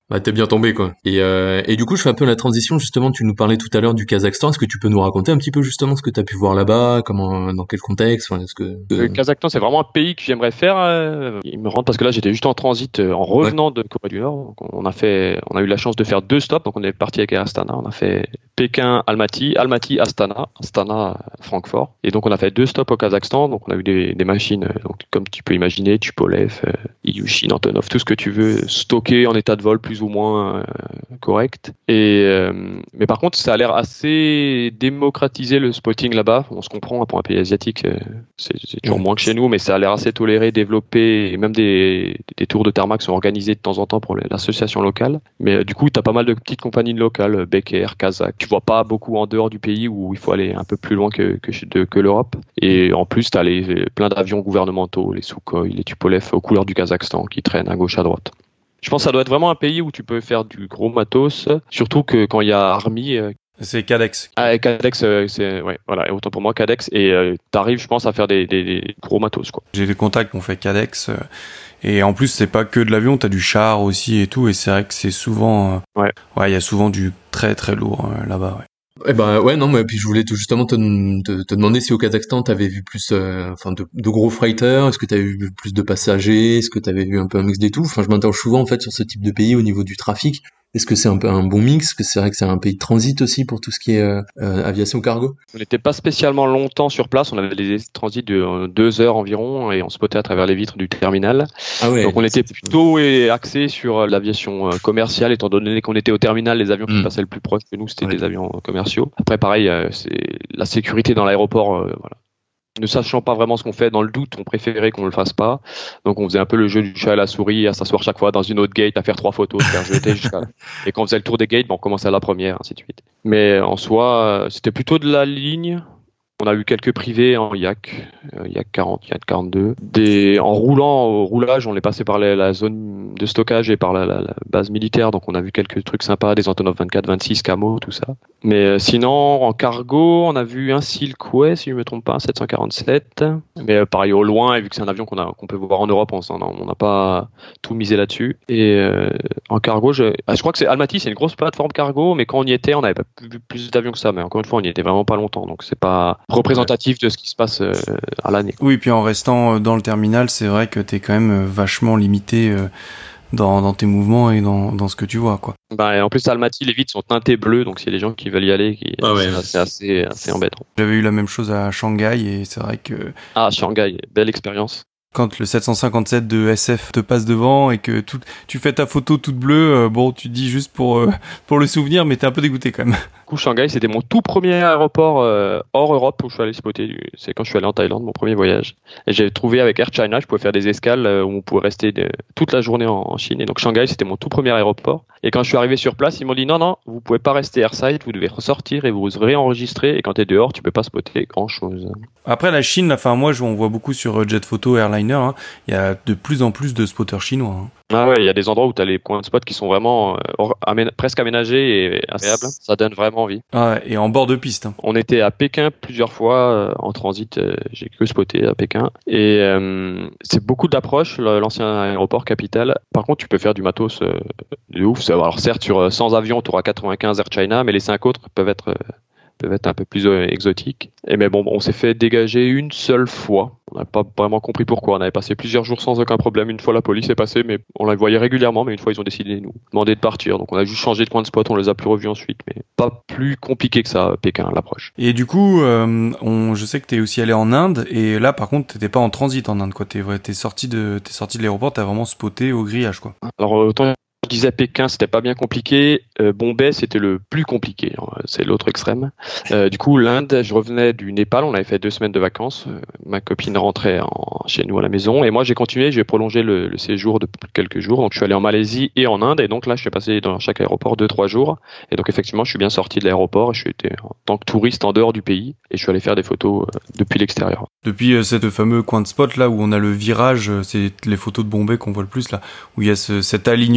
S4: Bah, t'es bien tombé, quoi. Et, euh, et du coup, je fais un peu la transition, justement, tu nous parlais tout à l'heure du Kazakhstan. Est-ce que tu peux nous raconter un petit peu, justement, ce que t'as pu voir là-bas, comment, dans quel contexte, enfin, est-ce que...
S5: Le Kazakhstan, c'est vraiment un pays que j'aimerais faire. Euh, il me rentre parce que là, j'étais juste en transit, euh, en revenant ouais. de Corée du Nord. Donc, on a fait, on a eu la chance de faire deux stops. Donc, on est parti avec Astana. On a fait Pékin, Almaty, Almaty, Astana, Astana, Francfort. Et donc, on a fait deux stops au Kazakhstan. Donc, on a eu des, des machines, euh, donc, comme tu peux imaginer, Tupolev, euh, Ilyushin, Antonov, tout ce que tu veux, stocké en état de vol plus ou moins euh, correct. Et euh, mais par contre, ça a l'air assez démocratisé le spotting là-bas. On se comprend, pour un pays asiatique, euh, c'est, c'est toujours moins que chez nous, mais ça a l'air assez toléré, développé, et même des, des tours de tarmac sont organisés de temps en temps pour l'association locale. Mais euh, du coup, t'as pas mal de petites compagnies locales, Becker, Kazakh. Tu vois pas beaucoup en dehors du pays où il faut aller un peu plus loin que que, de, que l'Europe. Et en plus, t'as les plein d'avions gouvernementaux, les Sukhoi, les Tupolev aux couleurs du Kazakhstan qui traînent à gauche à droite. Je pense que ça doit être vraiment un pays où tu peux faire du gros matos, surtout que quand il y a Army. Euh...
S1: C'est Cadex.
S5: Ah, Cadex, euh, c'est ouais, voilà, et autant pour moi Cadex, et euh, t'arrives, je pense, à faire des, des, des gros matos, quoi.
S1: J'ai des contacts qui ont fait Cadex, euh, et en plus c'est pas que de l'avion, t'as du char aussi et tout, et c'est vrai que c'est souvent, euh, ouais, ouais, il y a souvent du très très lourd euh, là-bas, ouais.
S4: Eh ben ouais non mais puis je voulais te, justement te, te, te demander si au Kazakhstan t'avais vu plus euh, enfin de, de gros freighters, est-ce que t'avais vu plus de passagers, est-ce que t'avais vu un peu un mix des tout, enfin je m'interroge souvent en fait sur ce type de pays au niveau du trafic. Est-ce que c'est un peu un bon mix? Parce que c'est vrai que c'est un pays de transit aussi pour tout ce qui est euh, euh, aviation cargo.
S5: On n'était pas spécialement longtemps sur place. On avait des transits de euh, deux heures environ et on spottait à travers les vitres du terminal.
S4: Ah ouais,
S5: donc on était plutôt axé sur euh, l'aviation euh, commerciale, étant donné qu'on était au terminal. Les avions qui mmh. passaient le plus proche de nous, c'était ouais. des avions commerciaux. Après, pareil, euh, c'est la sécurité dans l'aéroport. Euh, voilà. Ne sachant pas vraiment ce qu'on fait, dans le doute, on préférait qu'on le fasse pas. Donc on faisait un peu le jeu du chat à la souris, à s'asseoir chaque fois dans une autre gate, à faire trois photos, se faire jeter jusqu'à... Et quand on faisait le tour des gates, ben, on commençait à la première, ainsi de suite. Mais en soi, c'était plutôt de la ligne. On a eu quelques privés en Yak, euh, Yak quarante, Yak quarante-deux. Des, en roulant, au roulage, on est passé par la, la zone de stockage et par la, la, la base militaire, donc on a vu quelques trucs sympas, des Antonov vingt-quatre, vingt-six, Camo, tout ça. Mais euh, sinon, en cargo, on a vu un Silkway, si je me trompe pas, un sept cent quarante-sept. Mais euh, pareil, au loin, et vu que c'est un avion qu'on a, qu'on peut voir en Europe, on n'a pas tout misé là-dessus. Et euh, en cargo, je, ah, je crois que c'est Almaty, c'est une grosse plateforme cargo, mais quand on y était, on n'avait pas vu plus d'avions que ça. Mais encore une fois, on y était vraiment pas longtemps, donc c'est pas représentatif de ce qui se passe euh, à l'année.
S1: Oui, puis en restant dans le terminal, c'est vrai que t'es quand même vachement limité euh, dans, dans tes mouvements et dans, dans ce que tu vois, quoi.
S5: Bah, et en plus, à Almaty, les vitres sont teintées bleues, donc s'il y a des gens qui veulent y aller, qui,
S4: ah ouais,
S5: c'est, c'est assez, assez embêtant.
S1: J'avais eu la même chose à Shanghai et c'est vrai que...
S5: Ah, Shanghai, belle expérience.
S1: Quand le sept cent cinquante-sept de S F te passe devant et que tout, tu fais ta photo toute bleue, euh, bon, tu te dis juste pour, euh, pour le souvenir, mais t'es un peu dégoûté quand même.
S5: Du coup, Shanghai, c'était mon tout premier aéroport euh, hors Europe où je suis allé spotter. C'est quand je suis allé en Thaïlande, mon premier voyage. Et j'ai trouvé avec Air China, je pouvais faire des escales euh, où on pouvait rester de, toute la journée en, en Chine. Et donc Shanghai, c'était mon tout premier aéroport. Et quand je suis arrivé sur place, ils m'ont dit non, non, vous pouvez pas rester airside, vous devez ressortir et vous réenregistrer. Et quand t'es dehors, tu peux pas spotter grand chose.
S1: Après la Chine, enfin moi, on voit beaucoup sur Jet Photo, Airliner. Hein, il y a de plus en plus de spotters chinois. Hein.
S5: Ah ouais, il y a des endroits où tu as les points de spot qui sont vraiment euh, amén- presque aménagés et agréables. Ça donne vraiment envie.
S1: Ah ouais, et en bord de piste. Hein.
S5: On était à Pékin plusieurs fois euh, en transit. Euh, j'ai que spoté à Pékin. Et euh, c'est beaucoup d'approches, l'ancien aéroport capitale. Par contre, tu peux faire du matos euh, de ouf. Alors certes, sur cent avions, tu auras quatre-vingt-quinze Air China, mais les cinq autres peuvent être... Euh, peuvent être un peu plus euh, exotiques. Et mais bon, on s'est fait dégager une seule fois. On n'a pas vraiment compris pourquoi. On avait passé plusieurs jours sans aucun problème. Une fois, la police est passée, mais on la voyait régulièrement. Mais une fois, ils ont décidé de nous demander de partir. Donc, on a juste changé de coin de spot. On les a plus revus ensuite. Mais pas plus compliqué que ça, Pékin, l'approche.
S1: Et du coup, euh, on, je sais que t'es aussi allé en Inde. Et là, par contre, t'étais pas en transit en Inde, quoi. T'es, t'es sorti de, t'es sorti de l'aéroport. T'as vraiment spoté au grillage, quoi.
S5: Alors, autant je disais Pékin, c'était pas bien compliqué. Euh, Bombay, c'était le plus compliqué. C'est l'autre extrême. Euh, du coup, l'Inde, je revenais du Népal. On avait fait deux semaines de vacances. Euh, ma copine rentrait en, chez nous à la maison. Et moi, j'ai continué. J'ai prolongé le, le séjour de quelques jours. Donc, je suis allé en Malaisie et en Inde. Et donc là, je suis passé dans chaque aéroport deux, trois jours. Et donc, effectivement, je suis bien sorti de l'aéroport. Et je suis été en tant que touriste en dehors du pays. Et je suis allé faire des photos euh, depuis l'extérieur.
S1: Depuis euh, cette fameux coin de spot là où on a le virage, c'est les photos de Bombay qu'on voit le plus là, où il y a ce, cet alignement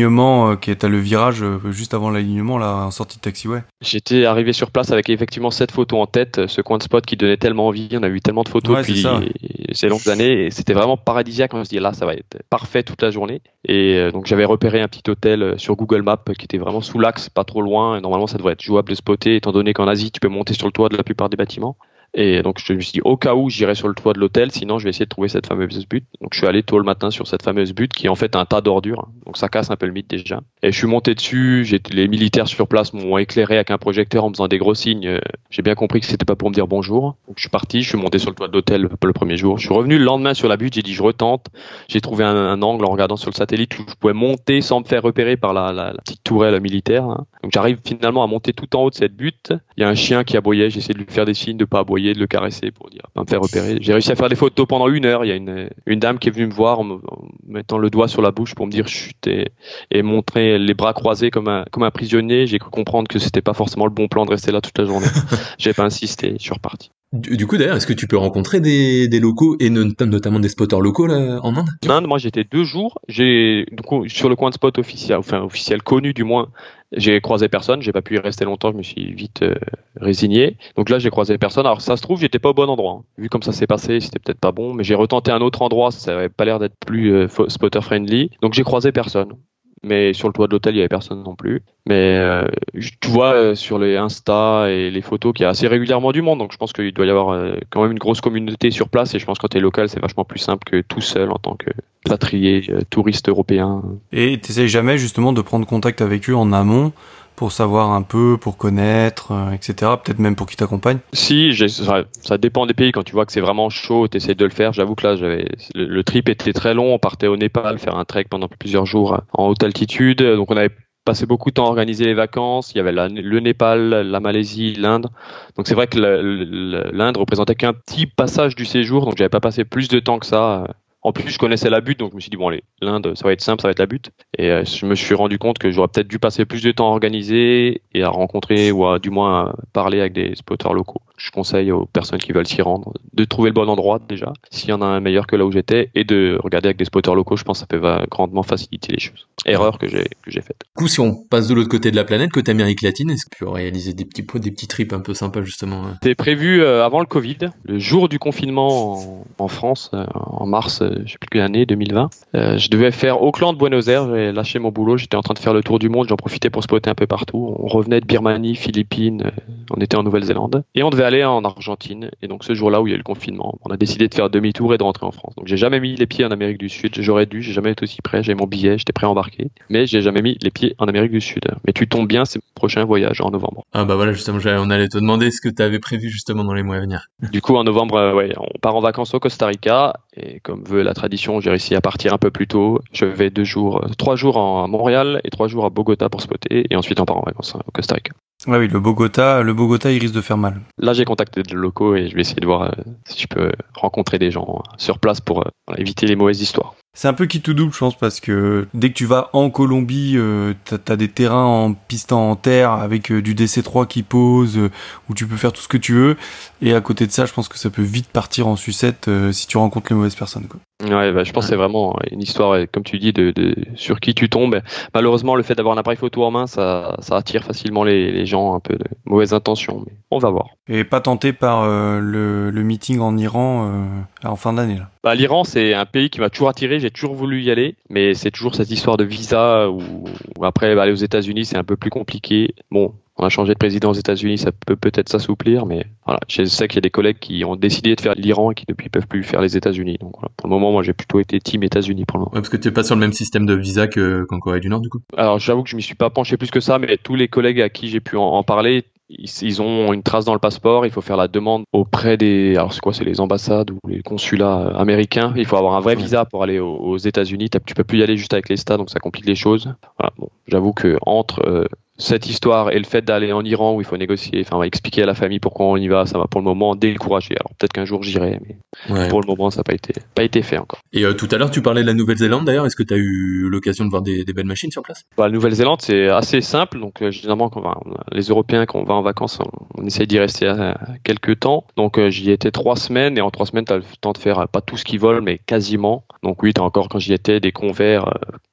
S1: moment euh, qui t'as le virage euh, juste avant l'alignement là en sortie de taxiway.
S5: J'étais arrivé sur place avec effectivement cette photo en tête, ce coin de spot qui donnait tellement envie. On a vu tellement de photos
S1: Ouais,
S5: depuis
S1: c'est ça.
S5: ces longues années et c'était vraiment paradisiaque. On se dit là, ça va être parfait toute la journée. Et euh, donc j'avais repéré un petit hôtel euh, sur Google Maps qui était vraiment sous l'axe, pas trop loin. Et normalement, ça devrait être jouable de spotter, étant donné qu'en Asie, tu peux monter sur le toit de la plupart des bâtiments. Et donc je me suis dit au cas où j'irai sur le toit de l'hôtel, sinon je vais essayer de trouver cette fameuse butte. Donc je suis allé tôt le matin sur cette fameuse butte qui est en fait un tas d'ordures. Donc ça casse un peu le mythe déjà. Et je suis monté dessus, j'ai les militaires sur place m'ont éclairé avec un projecteur en me faisant des gros signes. J'ai bien compris que c'était pas pour me dire bonjour. Donc je suis parti, je suis monté sur le toit de l'hôtel le premier jour. Je suis revenu le lendemain sur la butte, j'ai dit je retente. J'ai trouvé un, un angle en regardant sur le satellite où je pouvais monter sans me faire repérer par la, la, la petite tourelle militaire. Donc j'arrive finalement à monter tout en haut de cette butte. Il y a un chien qui aboyait, j'ai essayé de lui faire des signes de pas aboyer, de le caresser pour dire, pas me faire repérer. J'ai réussi à faire des photos pendant une heure. Il y a une, une dame qui est venue me voir en, me, en mettant le doigt sur la bouche pour me dire chut et, et montrer les bras croisés comme un, comme un prisonnier. J'ai cru comprendre que c'était pas forcément le bon plan de rester là toute la journée. J'ai pas insisté, je suis reparti.
S4: Du, du coup, d'ailleurs, est-ce que tu peux rencontrer des, des locaux et no- notamment des spotters locaux là, en Inde?
S5: En Inde, moi j'étais deux jours. J'ai du coup, sur le coin de spot officiel, enfin officiel connu du moins. J'ai croisé personne, j'ai pas pu y rester longtemps, je me suis vite euh, résigné. Donc là, j'ai croisé personne. Alors ça se trouve, j'étais pas au bon endroit. Hein. Vu comme ça s'est passé, c'était peut-être pas bon, mais j'ai retenté un autre endroit, ça avait pas l'air d'être plus euh, spotter friendly. Donc j'ai croisé personne. Mais sur le toit de l'hôtel, il y avait personne non plus. Mais euh, tu vois euh, sur les Insta et les photos qu'il y a assez régulièrement du monde, donc je pense qu'il doit y avoir euh, quand même une grosse communauté sur place. Et je pense que quand t'es local, c'est vachement plus simple que tout seul en tant que expatrié, euh, touriste européen.
S1: Et t'essayes jamais justement de prendre contact avec eux en amont pour savoir un peu, pour connaître, euh, et cetera. Peut-être même pour qu'ils t'accompagnent.
S5: Si, j'ai, ça, ça dépend des pays. Quand tu vois que c'est vraiment chaud, t'essayes de le faire. J'avoue que là, j'avais le, le trip était très long. On partait au Népal faire un trek pendant plusieurs jours en haute altitude. Donc on avait passé beaucoup de temps à organiser les vacances. Il y avait la, le Népal, la Malaisie, l'Inde. Donc c'est vrai que la, la, l'Inde représentait qu'un petit passage du séjour. Donc j'avais pas passé plus de temps que ça. En plus, je connaissais la butte, donc je me suis dit, bon, allez, l'Inde, ça va être simple, ça va être la butte. Et euh, je me suis rendu compte que j'aurais peut-être dû passer plus de temps à organiser et à rencontrer ou à, du moins, à parler avec des spotters locaux. Je conseille aux personnes qui veulent s'y rendre de trouver le bon endroit, déjà, s'il y en a un meilleur que là où j'étais, et de regarder avec des spotters locaux. Je pense que ça peut va grandement faciliter les choses. Erreur que j'ai, que j'ai faite.
S4: Du coup, si on passe de l'autre côté de la planète, côté Amérique latine, est-ce que tu peux réaliser des petits, des petits trips un peu sympas, justement? hein
S5: C'était prévu euh, avant le Covid, le jour du confinement en, en France, euh, en mars, euh, je sais plus quelle année, deux mille vingt. Euh, je devais faire Auckland, Buenos Aires, j'ai lâché mon boulot, j'étais en train de faire le tour du monde, j'en profitais pour spotter un peu partout. On revenait de Birmanie, Philippines, euh, on était en Nouvelle-Zélande, et on devait aller en Argentine. Et donc ce jour-là où il y a eu le confinement, on a décidé de faire demi-tour et de rentrer en France. Donc j'ai jamais mis les pieds en Amérique du Sud, j'aurais dû, j'ai jamais été aussi près, j'ai mon billet, j'étais prêt à embarquer, mais j'ai jamais mis les pieds en Amérique du Sud. Mais tu tombes bien, c'est mon prochain voyage en novembre.
S4: Ah bah voilà, justement, on allait te demander ce que tu avais prévu justement dans les mois à venir.
S5: Du coup, en novembre, euh, ouais, on part en vacances au Costa Rica, et comme veut la tradition, j'ai réussi à partir un peu plus tôt. Je vais deux jours, euh, trois jours à Montréal et trois jours à Bogota pour spotter, et ensuite on part en vacances au Costa Rica.
S1: Ah oui, le Bogota, le Bogota, il risque de faire mal.
S5: Là, j'ai contacté des locaux et je vais essayer de voir euh, si je peux rencontrer des gens euh, sur place pour euh, voilà, éviter les mauvaises histoires.
S1: C'est un peu qui tout double, je pense, parce que dès que tu vas en Colombie, euh, t'as, t'as des terrains en piste en terre avec euh, du D C trois qui pose, euh, où tu peux faire tout ce que tu veux. Et à côté de ça, je pense que ça peut vite partir en sucette euh, si tu rencontres les mauvaises personnes, quoi.
S5: Ouais, bah, je pense que c'est vraiment une histoire, comme tu dis, de, de sur qui tu tombes. Malheureusement, le fait d'avoir un appareil photo en main, ça, ça attire facilement les, les gens un peu de mauvaises intentions, mais on va voir.
S1: Et pas tenté par euh, le, le meeting en Iran euh, en fin d'année, là.
S5: Bah, l'Iran, c'est un pays qui m'a toujours attiré, j'ai toujours voulu y aller, mais c'est toujours cette histoire de visa où, où après, bah, aller aux États-Unis, c'est un peu plus compliqué. Bon, on a changé de président aux États-Unis, ça peut peut-être s'assouplir, mais voilà, je sais qu'il y a des collègues qui ont décidé de faire l'Iran et qui depuis peuvent plus faire les États-Unis. Donc voilà, pour le moment, moi, j'ai plutôt été team États-Unis pour le moment.
S4: Ouais, parce que tu es pas sur le même système de visa que, qu'en Corée du Nord, du coup.
S5: Alors, j'avoue que je m'y suis pas penché plus que ça, mais tous les collègues à qui j'ai pu en, en parler, ils, ils ont une trace dans le passeport. Il faut faire la demande auprès des, alors c'est quoi, c'est les ambassades ou les consulats américains. Il faut avoir un vrai visa pour aller aux, aux États-Unis. Tu peux plus y aller juste avec les stats, donc ça complique les choses. Voilà, bon, j'avoue que entre euh, cette histoire et le fait d'aller en Iran où il faut négocier, enfin, on va expliquer à la famille pourquoi on y va, ça m'a pour le moment découragé. Alors peut-être qu'un jour j'irai, mais
S4: Ouais.
S5: pour le moment ça n'a pas été, pas été fait encore.
S4: Et euh, tout à l'heure, tu parlais de la Nouvelle-Zélande d'ailleurs. Est-ce que tu as eu l'occasion de voir des, des belles machines sur place?
S5: Bah, la Nouvelle-Zélande, c'est assez simple. Donc, euh, généralement, quand on va, on a- les Européens, quand on va en vacances, on, on essaye d'y rester euh, quelques temps. Donc, euh, j'y étais trois semaines. Et en trois semaines, tu as le temps de faire euh, pas tout ce qui vole, mais quasiment. Donc, oui, tu as encore, quand j'y étais, des convers euh,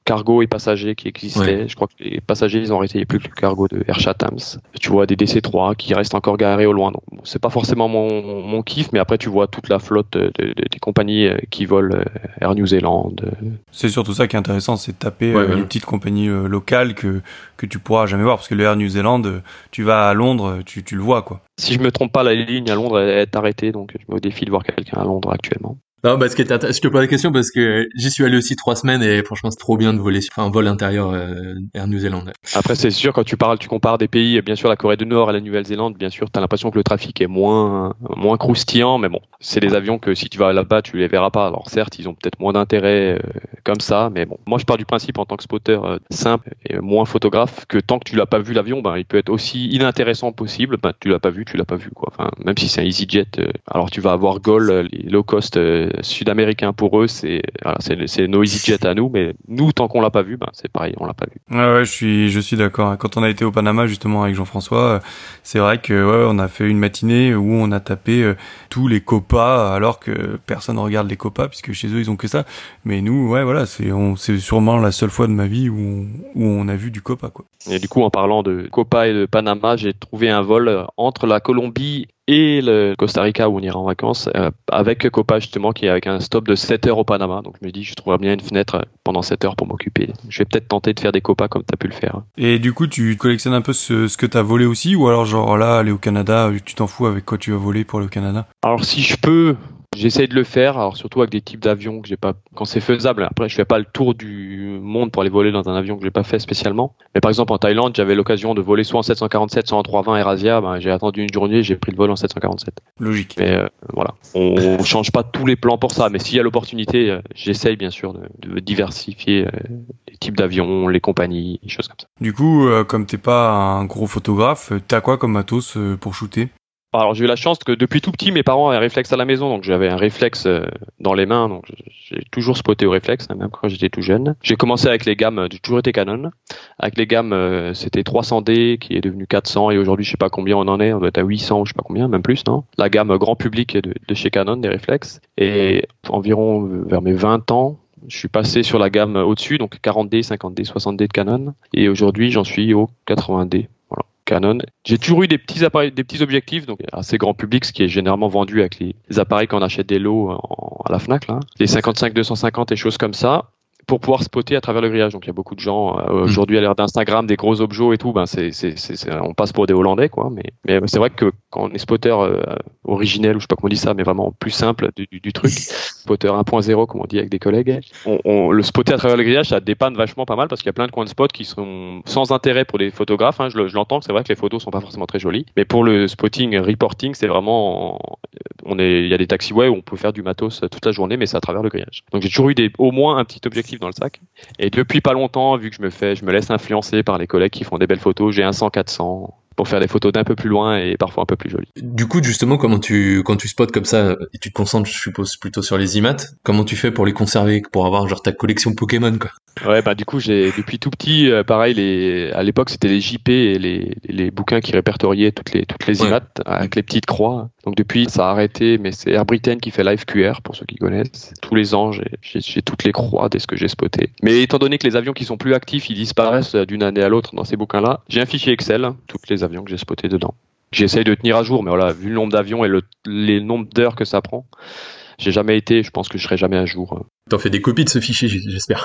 S5: cargo et passagers qui existaient.
S4: Ouais.
S5: Je crois que les passagers, ils ont arrêté, il n'y a plus que le cargo de Air Chatham. Tu vois des D C trois qui restent encore garés au loin. Donc, bon, c'est pas forcément mon, mon kiff, mais après, tu vois toute la flotte de, de, de, des compagnies qui volent Air New Zealand.
S1: C'est surtout ça qui est intéressant, c'est de taper
S4: Ouais,
S1: euh,
S4: ouais.
S1: les petites compagnies euh, locales que, que tu pourras jamais voir. Parce que le Air New Zealand, euh, tu vas à Londres, tu, tu le vois, quoi.
S5: Si je me trompe pas, la ligne à Londres est arrêtée, donc je me défie de voir quelqu'un à Londres actuellement.
S4: Non, parce que t'as- je te pose la question parce que j'y suis allé aussi trois semaines et franchement c'est trop bien de voler sur enfin, un vol intérieur euh, Air New Zealand.
S5: Après, c'est sûr, quand tu parles, tu compares des pays, bien sûr, la Corée du Nord et la Nouvelle-Zélande, bien sûr, t'as l'impression que le trafic est moins, moins croustillant, mais bon, c'est des avions que si tu vas là-bas, tu les verras pas. Alors certes, ils ont peut-être moins d'intérêt euh, comme ça, mais bon, moi je pars du principe en tant que spotter euh, simple et moins photographe que tant que tu l'as pas vu l'avion, ben il peut être aussi inintéressant possible. Ben tu l'as pas vu, tu l'as pas vu quoi. Enfin, même si c'est un EasyJet, euh, alors tu vas avoir Gol, euh, les low cost euh, sud-américains pour eux, c'est voilà, c'est c'est nos EasyJet à nous, mais nous tant qu'on l'a pas vu, ben c'est pareil, on l'a pas vu.
S1: Ouais, ouais, je suis, je suis d'accord. Quand on a été au Panama, justement, avec Jean-François, euh, c'est vrai que, ouais, on a fait une matinée où on a tapé euh, tous les copas, alors que personne regarde les copas, puisque chez eux, ils ont que ça. Mais nous, ouais, voilà, c'est, on, c'est sûrement la seule fois de ma vie où on, où on a vu du copa, quoi.
S5: Et du coup, en parlant de Copa et de Panama, j'ai trouvé un vol entre la Colombie et le Costa Rica où on ira en vacances, euh, avec Copa justement, qui est avec un stop de sept heures au Panama. Donc je me dis, je trouverais bien une fenêtre pendant sept heures pour m'occuper. Je vais peut-être tenter de faire des Copas comme tu as pu le faire.
S1: Et du coup, tu collectionnes un peu ce, ce que t'as volé aussi, ou alors genre là, aller au Canada, tu t'en fous avec quoi tu vas voler pour aller au Canada?
S5: Alors si je peux, j'essaye de le faire, alors surtout avec des types d'avions que j'ai pas, quand c'est faisable. Après, je fais pas le tour du monde pour aller voler dans un avion que j'ai pas fait spécialement. Mais par exemple, en Thaïlande, j'avais l'occasion de voler soit en sept cent quarante-sept, soit en trois cent vingt Air Asia. Ben, j'ai attendu une journée, j'ai pris le vol en sept cent quarante-sept.
S1: Logique.
S5: Mais euh, voilà, on, on change pas tous les plans pour ça. Mais s'il y a l'opportunité, euh, j'essaye bien sûr de, de diversifier euh, les types d'avions, les compagnies, les choses comme ça.
S1: Du coup, euh, comme t'es pas un gros photographe, t'as quoi comme matos euh, pour shooter?
S5: Alors j'ai eu la chance que depuis tout petit mes parents avaient un réflexe à la maison, donc j'avais un réflexe euh, dans les mains, donc j'ai toujours spoté au réflexe, hein, même quand j'étais tout jeune. J'ai commencé avec les gammes, j'ai toujours été Canon. Avec les gammes, euh, c'était trois cents D qui est devenu quatre cents et aujourd'hui je sais pas combien on en est, on doit être à huit cents ou je sais pas combien, même plus, non? La gamme grand public de, de chez Canon des réflexes. Et environ vers mes vingt ans, je suis passé sur la gamme au-dessus, donc quarante D, cinquante D, soixante D de Canon. Et aujourd'hui j'en suis au quatre-vingts D. Voilà. Canon. J'ai toujours eu des petits appareils, des petits objectifs, donc assez grand public, ce qui est généralement vendu avec les, les appareils qu'on achète des lots en, à la Fnac, là. Les cinquante-cinq deux cent cinquante et choses comme ça, pour pouvoir spotter à travers le grillage. Donc il y a beaucoup de gens euh, aujourd'hui à l'ère d'Instagram, des gros objets et tout, ben c'est, c'est, c'est, c'est, on passe pour des Hollandais quoi. Mais, mais c'est vrai que quand on est spotter euh, originel ou je sais pas comment on dit ça, mais vraiment plus simple du, du, du truc, spotter un point zéro comme on dit avec des collègues, on, on, le spotter à travers le grillage, ça dépanne vachement pas mal parce qu'il y a plein de coins de spot qui sont sans intérêt pour les photographes. Hein, je, je l'entends, c'est vrai que les photos sont pas forcément très jolies, mais pour le spotting, reporting, c'est vraiment, on est, il y a des taxiways où on peut faire du matos toute la journée, mais c'est à travers le grillage. Donc j'ai toujours eu des, au moins un petit objectif dans le sac. Et depuis pas longtemps, vu que je me fais, je me laisse influencer par les collègues qui font des belles photos, j'ai un cent quatre cents pour faire des photos d'un peu plus loin et parfois un peu plus jolies.
S4: Du coup, justement, comment tu, quand tu spots comme ça, et tu te concentres, je suppose, plutôt sur les IMAT, comment tu fais pour les conserver, pour avoir genre ta collection Pokémon, quoi?
S5: Ouais, bah du coup, j'ai depuis tout petit, euh, pareil, les, à l'époque, c'était les J P et les, les bouquins qui répertoriaient toutes les toutes les
S4: Ouais.
S5: IMAT avec les petites croix. Donc depuis, ça a arrêté, mais c'est Air Britain qui fait Live Q R pour ceux qui connaissent. Tous les ans, j'ai, j'ai, j'ai toutes les croix dès ce que j'ai spoté. Mais étant donné que les avions qui sont plus actifs, ils disparaissent d'une année à l'autre dans ces bouquins-là, j'ai un fichier Excel, toutes les avions que j'ai spotés dedans. J'essaye de tenir à jour, mais voilà, vu le nombre d'avions et le les nombres d'heures que ça prend, j'ai jamais été, je pense que je serai jamais à jour.
S4: T'en fais des copies de ce fichier, j'espère.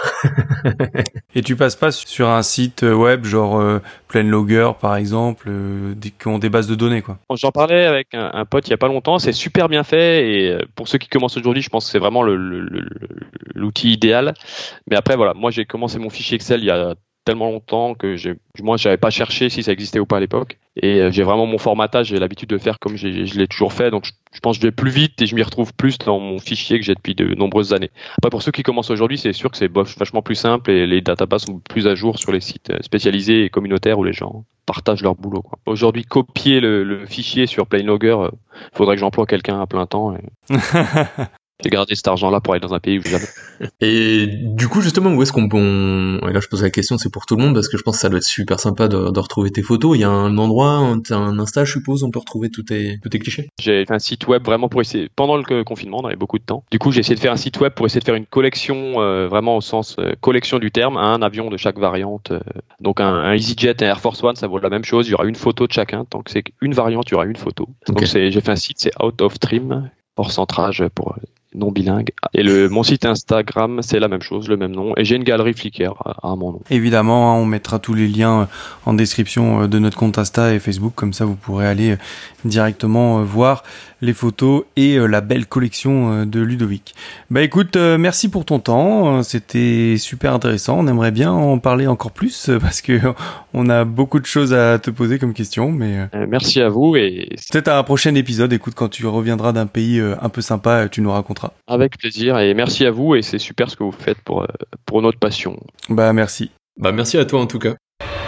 S1: Et tu passes pas sur un site web genre euh, Planelogger par exemple, euh, des, qui ont des bases de données quoi.
S5: J'en parlais avec un, un pote il y a pas longtemps, c'est super bien fait et pour ceux qui commencent aujourd'hui, je pense que c'est vraiment le, le, le, l'outil idéal. Mais après voilà, moi j'ai commencé mon fichier Excel il y a tellement longtemps que j'ai, moi j'avais pas cherché si ça existait ou pas à l'époque et euh, j'ai vraiment mon formatage, j'ai l'habitude de le faire comme j'ai, je l'ai toujours fait, donc je, je pense que je vais plus vite et je m'y retrouve plus dans mon fichier que j'ai depuis de nombreuses années. Après pour ceux qui commencent aujourd'hui, c'est sûr que c'est vachement plus simple et les databases sont plus à jour sur les sites spécialisés et communautaires où les gens partagent leur boulot quoi. Aujourd'hui copier le, le fichier sur Planelogger, il euh, faudrait que j'emploie quelqu'un à plein temps et... J'ai gardé cet argent-là pour aller dans un pays où jamais.
S4: Et du coup, justement, où est-ce qu'on peut... on- Et là, je pose la question, c'est pour tout le monde, parce que je pense que ça doit être super sympa de, de retrouver tes photos. Il y a un endroit, un, t'as un Insta, je suppose, on peut retrouver tous tes, tous tes clichés.
S5: J'ai fait un site web vraiment pour essayer. Pendant le confinement, on avait beaucoup de temps. Du coup, j'ai essayé de faire un site web pour essayer de faire une collection, euh, vraiment au sens euh, collection du terme, un avion de chaque variante. euh. Donc un, un EasyJet et un Air Force One, ça vaut la même chose. Il y aura une photo de chacun. Tant que c'est une variante, il y aura une photo. Donc
S4: Ok.
S5: c'est, j'ai fait un site, c'est Out of Trim, hors centrage pour euh, non bilingue. Et le, mon site Instagram, c'est la même chose, le même nom. Et j'ai une galerie Flickr à, à mon nom.
S1: Évidemment, hein, on mettra tous les liens euh, en description euh, de notre compte Insta et Facebook, comme ça vous pourrez aller euh, directement euh, voir les photos et euh, la belle collection euh, de Ludovic. Bah écoute, euh, merci pour ton temps, euh, c'était super intéressant, on aimerait bien en parler encore plus euh, parce que on a beaucoup de choses à te poser comme question, mais euh,
S5: Euh, merci à vous et
S1: peut-être à un prochain épisode, écoute, quand tu reviendras d'un pays euh, un peu sympa, euh, tu nous raconteras.
S5: avec plaisir. Et merci à vous et c'est super ce que vous faites pour, euh, pour notre passion.
S1: Bah merci.
S4: Bah, merci à toi, en tout cas.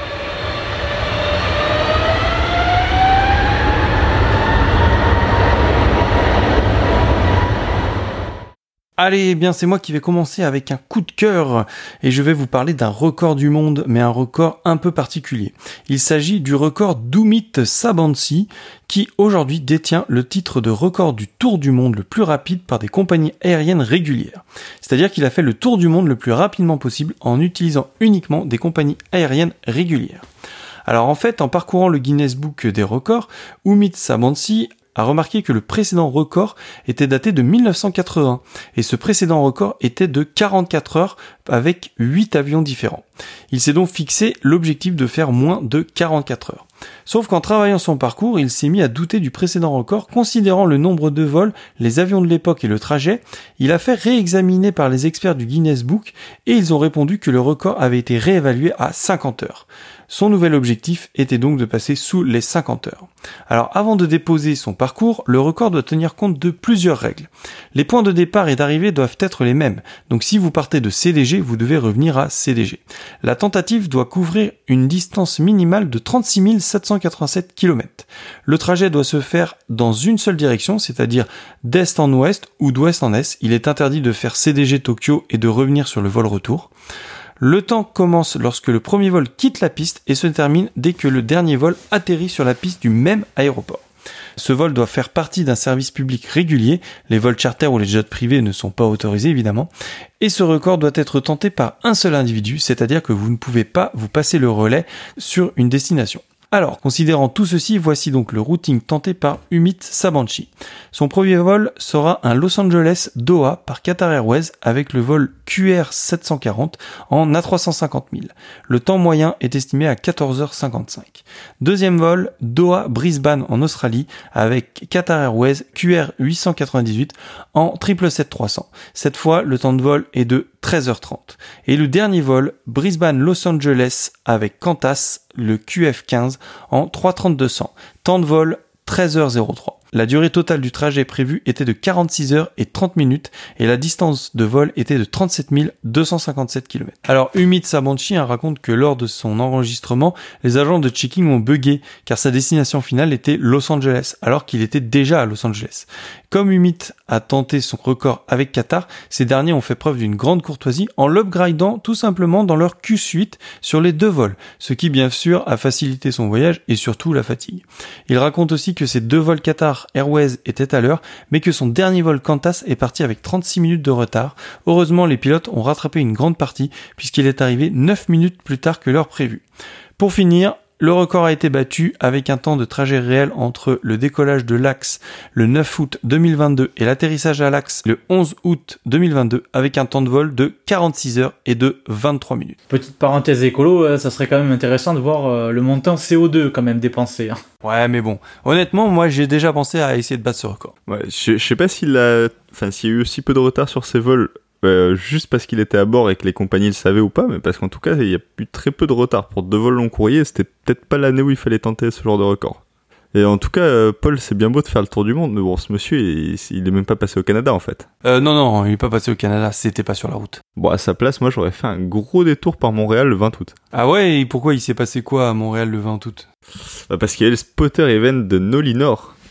S1: Allez, eh bien c'est moi qui vais commencer avec un coup de cœur et je vais vous parler d'un record du monde, mais un record un peu particulier. Il s'agit du record d'Umit Sabansi qui aujourd'hui détient le titre de record du tour du monde le plus rapide par des compagnies aériennes régulières. C'est-à-dire qu'il a fait le tour du monde le plus rapidement possible en utilisant uniquement des compagnies aériennes régulières. Alors en fait, en parcourant le Guinness Book des records, Umit Sabansi a remarqué que le précédent record était daté de mille neuf cent quatre-vingts et ce précédent record était de quarante-quatre heures avec huit avions différents. Il s'est donc fixé l'objectif de faire moins de quarante-quatre heures. Sauf qu'en travaillant son parcours, il s'est mis à douter du précédent record, considérant le nombre de vols, les avions de l'époque et le trajet. Il a fait réexaminer par les experts du Guinness Book et ils ont répondu que le record avait été réévalué à cinquante heures. Son nouvel objectif était donc de passer sous les cinquante heures. Alors avant de déposer son parcours, le record doit tenir compte de plusieurs règles. Les points de départ et d'arrivée doivent être les mêmes. Donc si vous partez de C D G, vous devez revenir à C D G. La tentative doit couvrir une distance minimale de trente-six mille sept cent quatre-vingt-sept kilomètres. Le trajet doit se faire dans une seule direction, c'est-à-dire d'est en ouest ou d'ouest en est. Il est interdit de faire C D G Tokyo et de revenir sur le vol retour. Le temps commence lorsque le premier vol quitte la piste et se termine dès que le dernier vol atterrit sur la piste du même aéroport. Ce vol doit faire partie d'un service public régulier, les vols charter ou les jets privés ne sont pas autorisés évidemment, et ce record doit être tenté par un seul individu, c'est-à-dire que vous ne pouvez pas vous passer le relais sur une destination. Alors, considérant tout ceci, voici donc le routing tenté par Umit Sabansi. Son premier vol sera un Los Angeles-Doha par Qatar Airways avec le vol Q R sept cent quarante en A trois cent cinquante mille. Le temps moyen est estimé à quatorze heures cinquante-cinq. Deuxième vol, Doha-Brisbane en Australie avec Qatar Airways Q R huit cent quatre-vingt-dix-huit en sept sept sept trois cents. Cette fois, le temps de vol est de treize heures trente. Et le dernier vol, Brisbane-Los Angeles avec Qantas, le Q F quinze en trois heures trente deux cents. Temps de vol, treize heures zéro trois. La durée totale du trajet prévu était de quarante-six heures et trente minutes et la distance de vol était de trente-sept mille deux cent cinquante-sept kilomètres. Alors Umit Sabansi raconte que lors de son enregistrement, les agents de checking ont bugué car sa destination finale était Los Angeles alors qu'il était déjà à Los Angeles. Comme Umit a tenté son record avec Qatar, ces derniers ont fait preuve d'une grande courtoisie en l'upgradant tout simplement dans leur Q suite sur les deux vols, ce qui bien sûr a facilité son voyage et surtout la fatigue. Il raconte aussi que ces deux vols Qatar Airways étaient à l'heure, mais que son dernier vol Qantas est parti avec trente-six minutes de retard. Heureusement, les pilotes ont rattrapé une grande partie puisqu'il est arrivé neuf minutes plus tard que l'heure prévue. Pour finir, le record a été battu avec un temps de trajet réel entre le décollage de l'Axe le neuf août deux mille vingt-deux et l'atterrissage à l'Axe le onze août deux mille vingt-deux avec un temps de vol de quarante-six heures et de vingt-trois minutes.
S3: Petite parenthèse écolo, euh, ça serait quand même intéressant de voir euh, le montant C O deux quand même dépensé. Hein.
S1: Ouais, mais bon, honnêtement, moi j'ai déjà pensé à essayer de battre ce record.
S2: Ouais, je, je sais pas s'il a, enfin, s'il y a eu aussi peu de retard sur ses vols. Euh, juste parce qu'il était à bord et que les compagnies le savaient ou pas, mais parce qu'en tout cas il y a eu très peu de retard pour deux vols long courrier. C'était peut-être pas l'année où il fallait tenter ce genre de record. Et en tout cas, euh, Paul, c'est bien beau de faire le tour du monde, mais bon, ce monsieur, il, il est même pas passé au Canada en fait.
S1: Euh, non, non, il est pas passé au Canada, c'était pas sur la route.
S2: Bon, à sa place, moi j'aurais fait un gros détour par Montréal le vingt août.
S1: Ah ouais, et pourquoi il s'est passé quoi à Montréal le vingt août ?
S2: Bah parce qu'il y avait le spotter event de Nolinor.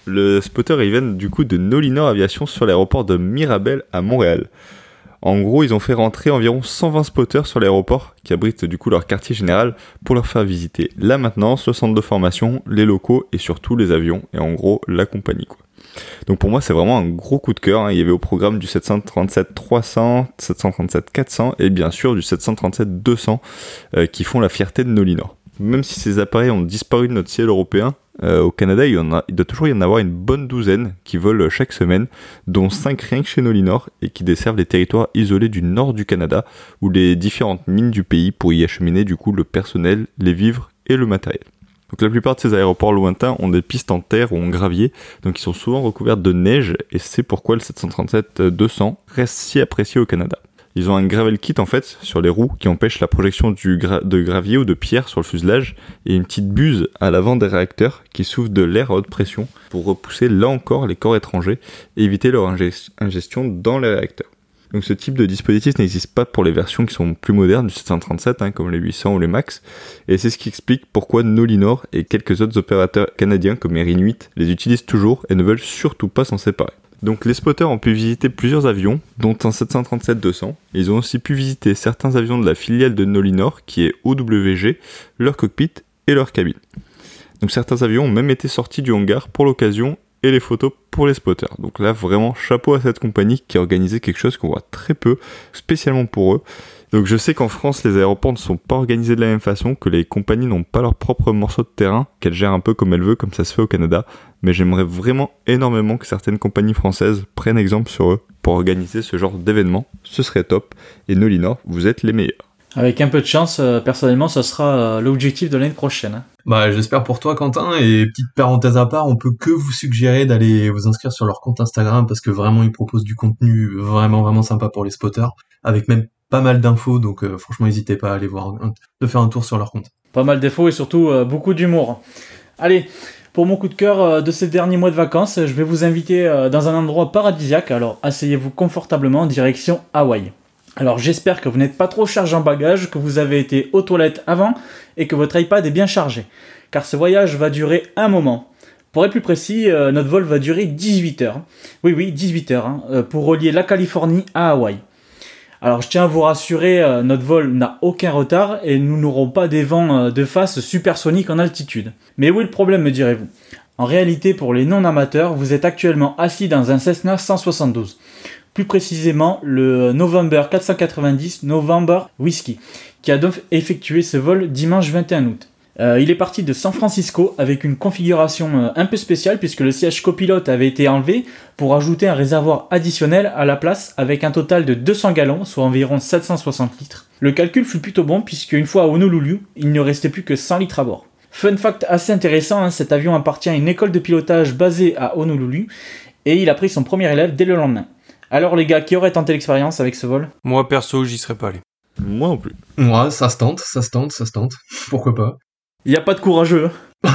S2: Le spotter, ils viennent du coup de Nolinor Aviation sur l'aéroport de Mirabel à Montréal. En gros, ils ont fait rentrer environ cent vingt spotters sur l'aéroport, qui abrite du coup leur quartier général, pour leur faire visiter la maintenance, le centre de formation, les locaux et surtout les avions, et en gros la compagnie quoi. Donc pour moi c'est vraiment un gros coup de cœur, hein. Il y avait au programme du sept cent trente-sept trois cents, sept cent trente-sept quatre cents et bien sûr du sept cent trente-sept deux cents euh, qui font la fierté de Nolinor. Même si ces appareils ont disparu de notre ciel européen, euh, au Canada il, y en a, il doit toujours y en avoir une bonne douzaine qui volent chaque semaine, dont cinq rien que chez Nolinor et qui desservent les territoires isolés du nord du Canada ou les différentes mines du pays pour y acheminer du coup le personnel, les vivres et le matériel. Donc la plupart de ces aéroports lointains ont des pistes en terre ou en gravier, donc ils sont souvent recouverts de neige et c'est pourquoi le sept cent trente-sept deux cents reste si apprécié au Canada. Ils ont un gravel kit en fait sur les roues qui empêche la projection du gra- de gravier ou de pierre sur le fuselage et une petite buse à l'avant des réacteurs qui souffle de l'air à haute pression pour repousser là encore les corps étrangers et éviter leur ingest- ingestion dans les réacteurs. Donc ce type de dispositif n'existe pas pour les versions qui sont plus modernes du sept cent trente-sept, hein, comme les huit cents ou les Max, et c'est ce qui explique pourquoi Nolinor et quelques autres opérateurs canadiens comme Air Inuit les utilisent toujours et ne veulent surtout pas s'en séparer. Donc les spotters ont pu visiter plusieurs avions, dont un sept cent trente-sept deux cents. Ils ont aussi pu visiter certains avions de la filiale de Nolinor, qui est O W G, leur cockpit et leur cabine. Donc certains avions ont même été sortis du hangar pour l'occasion et les photos pour les spotters. Donc là, vraiment, chapeau à cette compagnie qui a organisé quelque chose qu'on voit très peu, spécialement pour eux. Donc je sais qu'en France, les aéroports ne sont pas organisés de la même façon, que les compagnies n'ont pas leur propre morceau de terrain, qu'elles gèrent un peu comme elles veulent, comme ça se fait au Canada. Mais j'aimerais vraiment énormément que certaines compagnies françaises prennent exemple sur eux pour organiser ce genre d'événement. Ce serait top. Et Nolinor, vous êtes les meilleurs.
S3: Avec un peu de chance, euh, personnellement, ça sera euh, l'objectif de l'année prochaine. Hein.
S4: Bah, j'espère pour toi, Quentin. Et petite parenthèse à part, on peut que vous suggérer d'aller vous inscrire sur leur compte Instagram parce que vraiment, ils proposent du contenu vraiment, vraiment sympa pour les spotters, avec même pas mal d'infos. Donc, euh, franchement, n'hésitez pas à aller voir, un, de faire un tour sur leur compte.
S3: Pas mal d'infos et surtout euh, beaucoup d'humour. Allez, pour mon coup de cœur euh, de ces derniers mois de vacances, je vais vous inviter euh, dans un endroit paradisiaque. Alors, asseyez-vous confortablement en direction Hawaï. Alors j'espère que vous n'êtes pas trop chargé en bagages, que vous avez été aux toilettes avant et que votre iPad est bien chargé. Car ce voyage va durer un moment. Pour être plus précis, euh, notre vol va durer dix-huit heures. Oui, oui, dix-huit heures, hein, euh, pour relier la Californie à Hawaï. Alors je tiens à vous rassurer, euh, notre vol n'a aucun retard et nous n'aurons pas des vents euh, de face supersoniques en altitude. Mais où est le problème, me direz-vous ? En réalité, pour les non-amateurs, vous êtes actuellement assis dans un Cessna cent soixante-douze. Plus précisément le November quatre cent quatre-vingt-dix November Whiskey, qui a donc effectué ce vol dimanche vingt et un août. Euh, il est parti de San Francisco avec une configuration euh, un peu spéciale puisque le siège copilote avait été enlevé pour ajouter un réservoir additionnel à la place avec un total de deux cents gallons, soit environ sept cent soixante litres. Le calcul fut plutôt bon puisque une fois à Honolulu, il ne restait plus que cent litres à bord. Fun fact assez intéressant, hein, cet avion appartient à une école de pilotage basée à Honolulu et il a pris son premier élève dès le lendemain. Alors les gars, qui aurait tenté l'expérience avec ce vol ?
S1: Moi perso, j'y serais pas allé.
S2: Moi non plus.
S4: Moi, ça se tente, ça se tente, ça se tente. Pourquoi pas ?
S3: Il n'y a pas de courageux.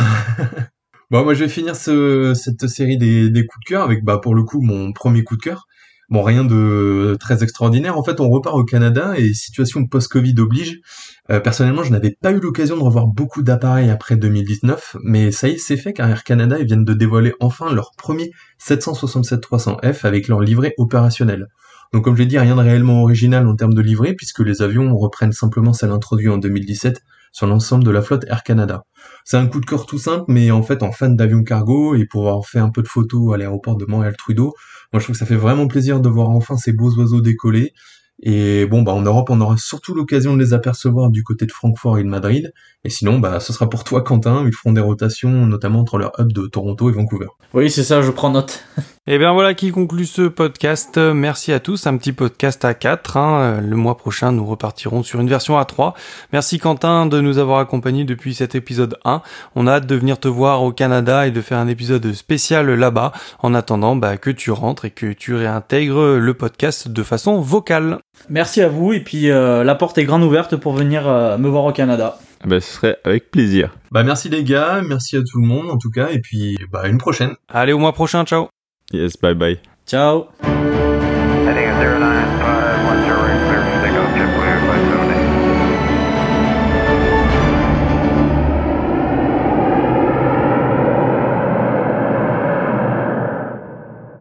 S4: Bon, moi je vais finir ce, cette série des, des coups de cœur avec, bah, pour le coup, mon premier coup de cœur. Bon, rien de très extraordinaire. En fait, on repart au Canada et situation post-Covid oblige. Euh, personnellement, je n'avais pas eu l'occasion de revoir beaucoup d'appareils après deux mille dix-neuf, mais ça y est, c'est fait car Air Canada, ils viennent de dévoiler enfin leur premier sept cent soixante-sept trois cents F avec leur livret opérationnel. Donc, comme je l'ai dit, rien de réellement original en termes de livret puisque les avions reprennent simplement celle introduite en deux mille dix-sept sur l'ensemble de la flotte Air Canada. C'est un coup de cœur tout simple, mais en fait, en fan d'avions cargo et pour avoir fait un peu de photos à l'aéroport de Montréal-Trudeau, moi je trouve que ça fait vraiment plaisir de voir enfin ces beaux oiseaux décoller. Et bon, bah en Europe, on aura surtout l'occasion de les apercevoir du côté de Francfort et de Madrid. Et sinon, bah ce sera pour toi, Quentin. Ils feront des rotations, notamment entre leur hub de Toronto et Vancouver.
S3: Oui, c'est ça, je prends note.
S1: Et bien voilà qui conclut ce podcast. Merci à tous. Un petit podcast à quatre. Hein. Le mois prochain, nous repartirons sur une version à trois. Merci Quentin de nous avoir accompagnés depuis cet épisode un. On a hâte de venir te voir au Canada et de faire un épisode spécial là-bas. En attendant bah, que tu rentres et que tu réintègres le podcast de façon vocale.
S3: Merci à vous et puis euh, la porte est grande ouverte pour venir euh, me voir au Canada.
S2: Bah, ce serait avec plaisir.
S4: Bah merci les gars, merci à tout le monde en tout cas, et puis bah à une prochaine.
S1: Allez, au mois prochain, ciao.
S2: Yes, bye bye.
S3: Ciao.
S6: Heading zero nine.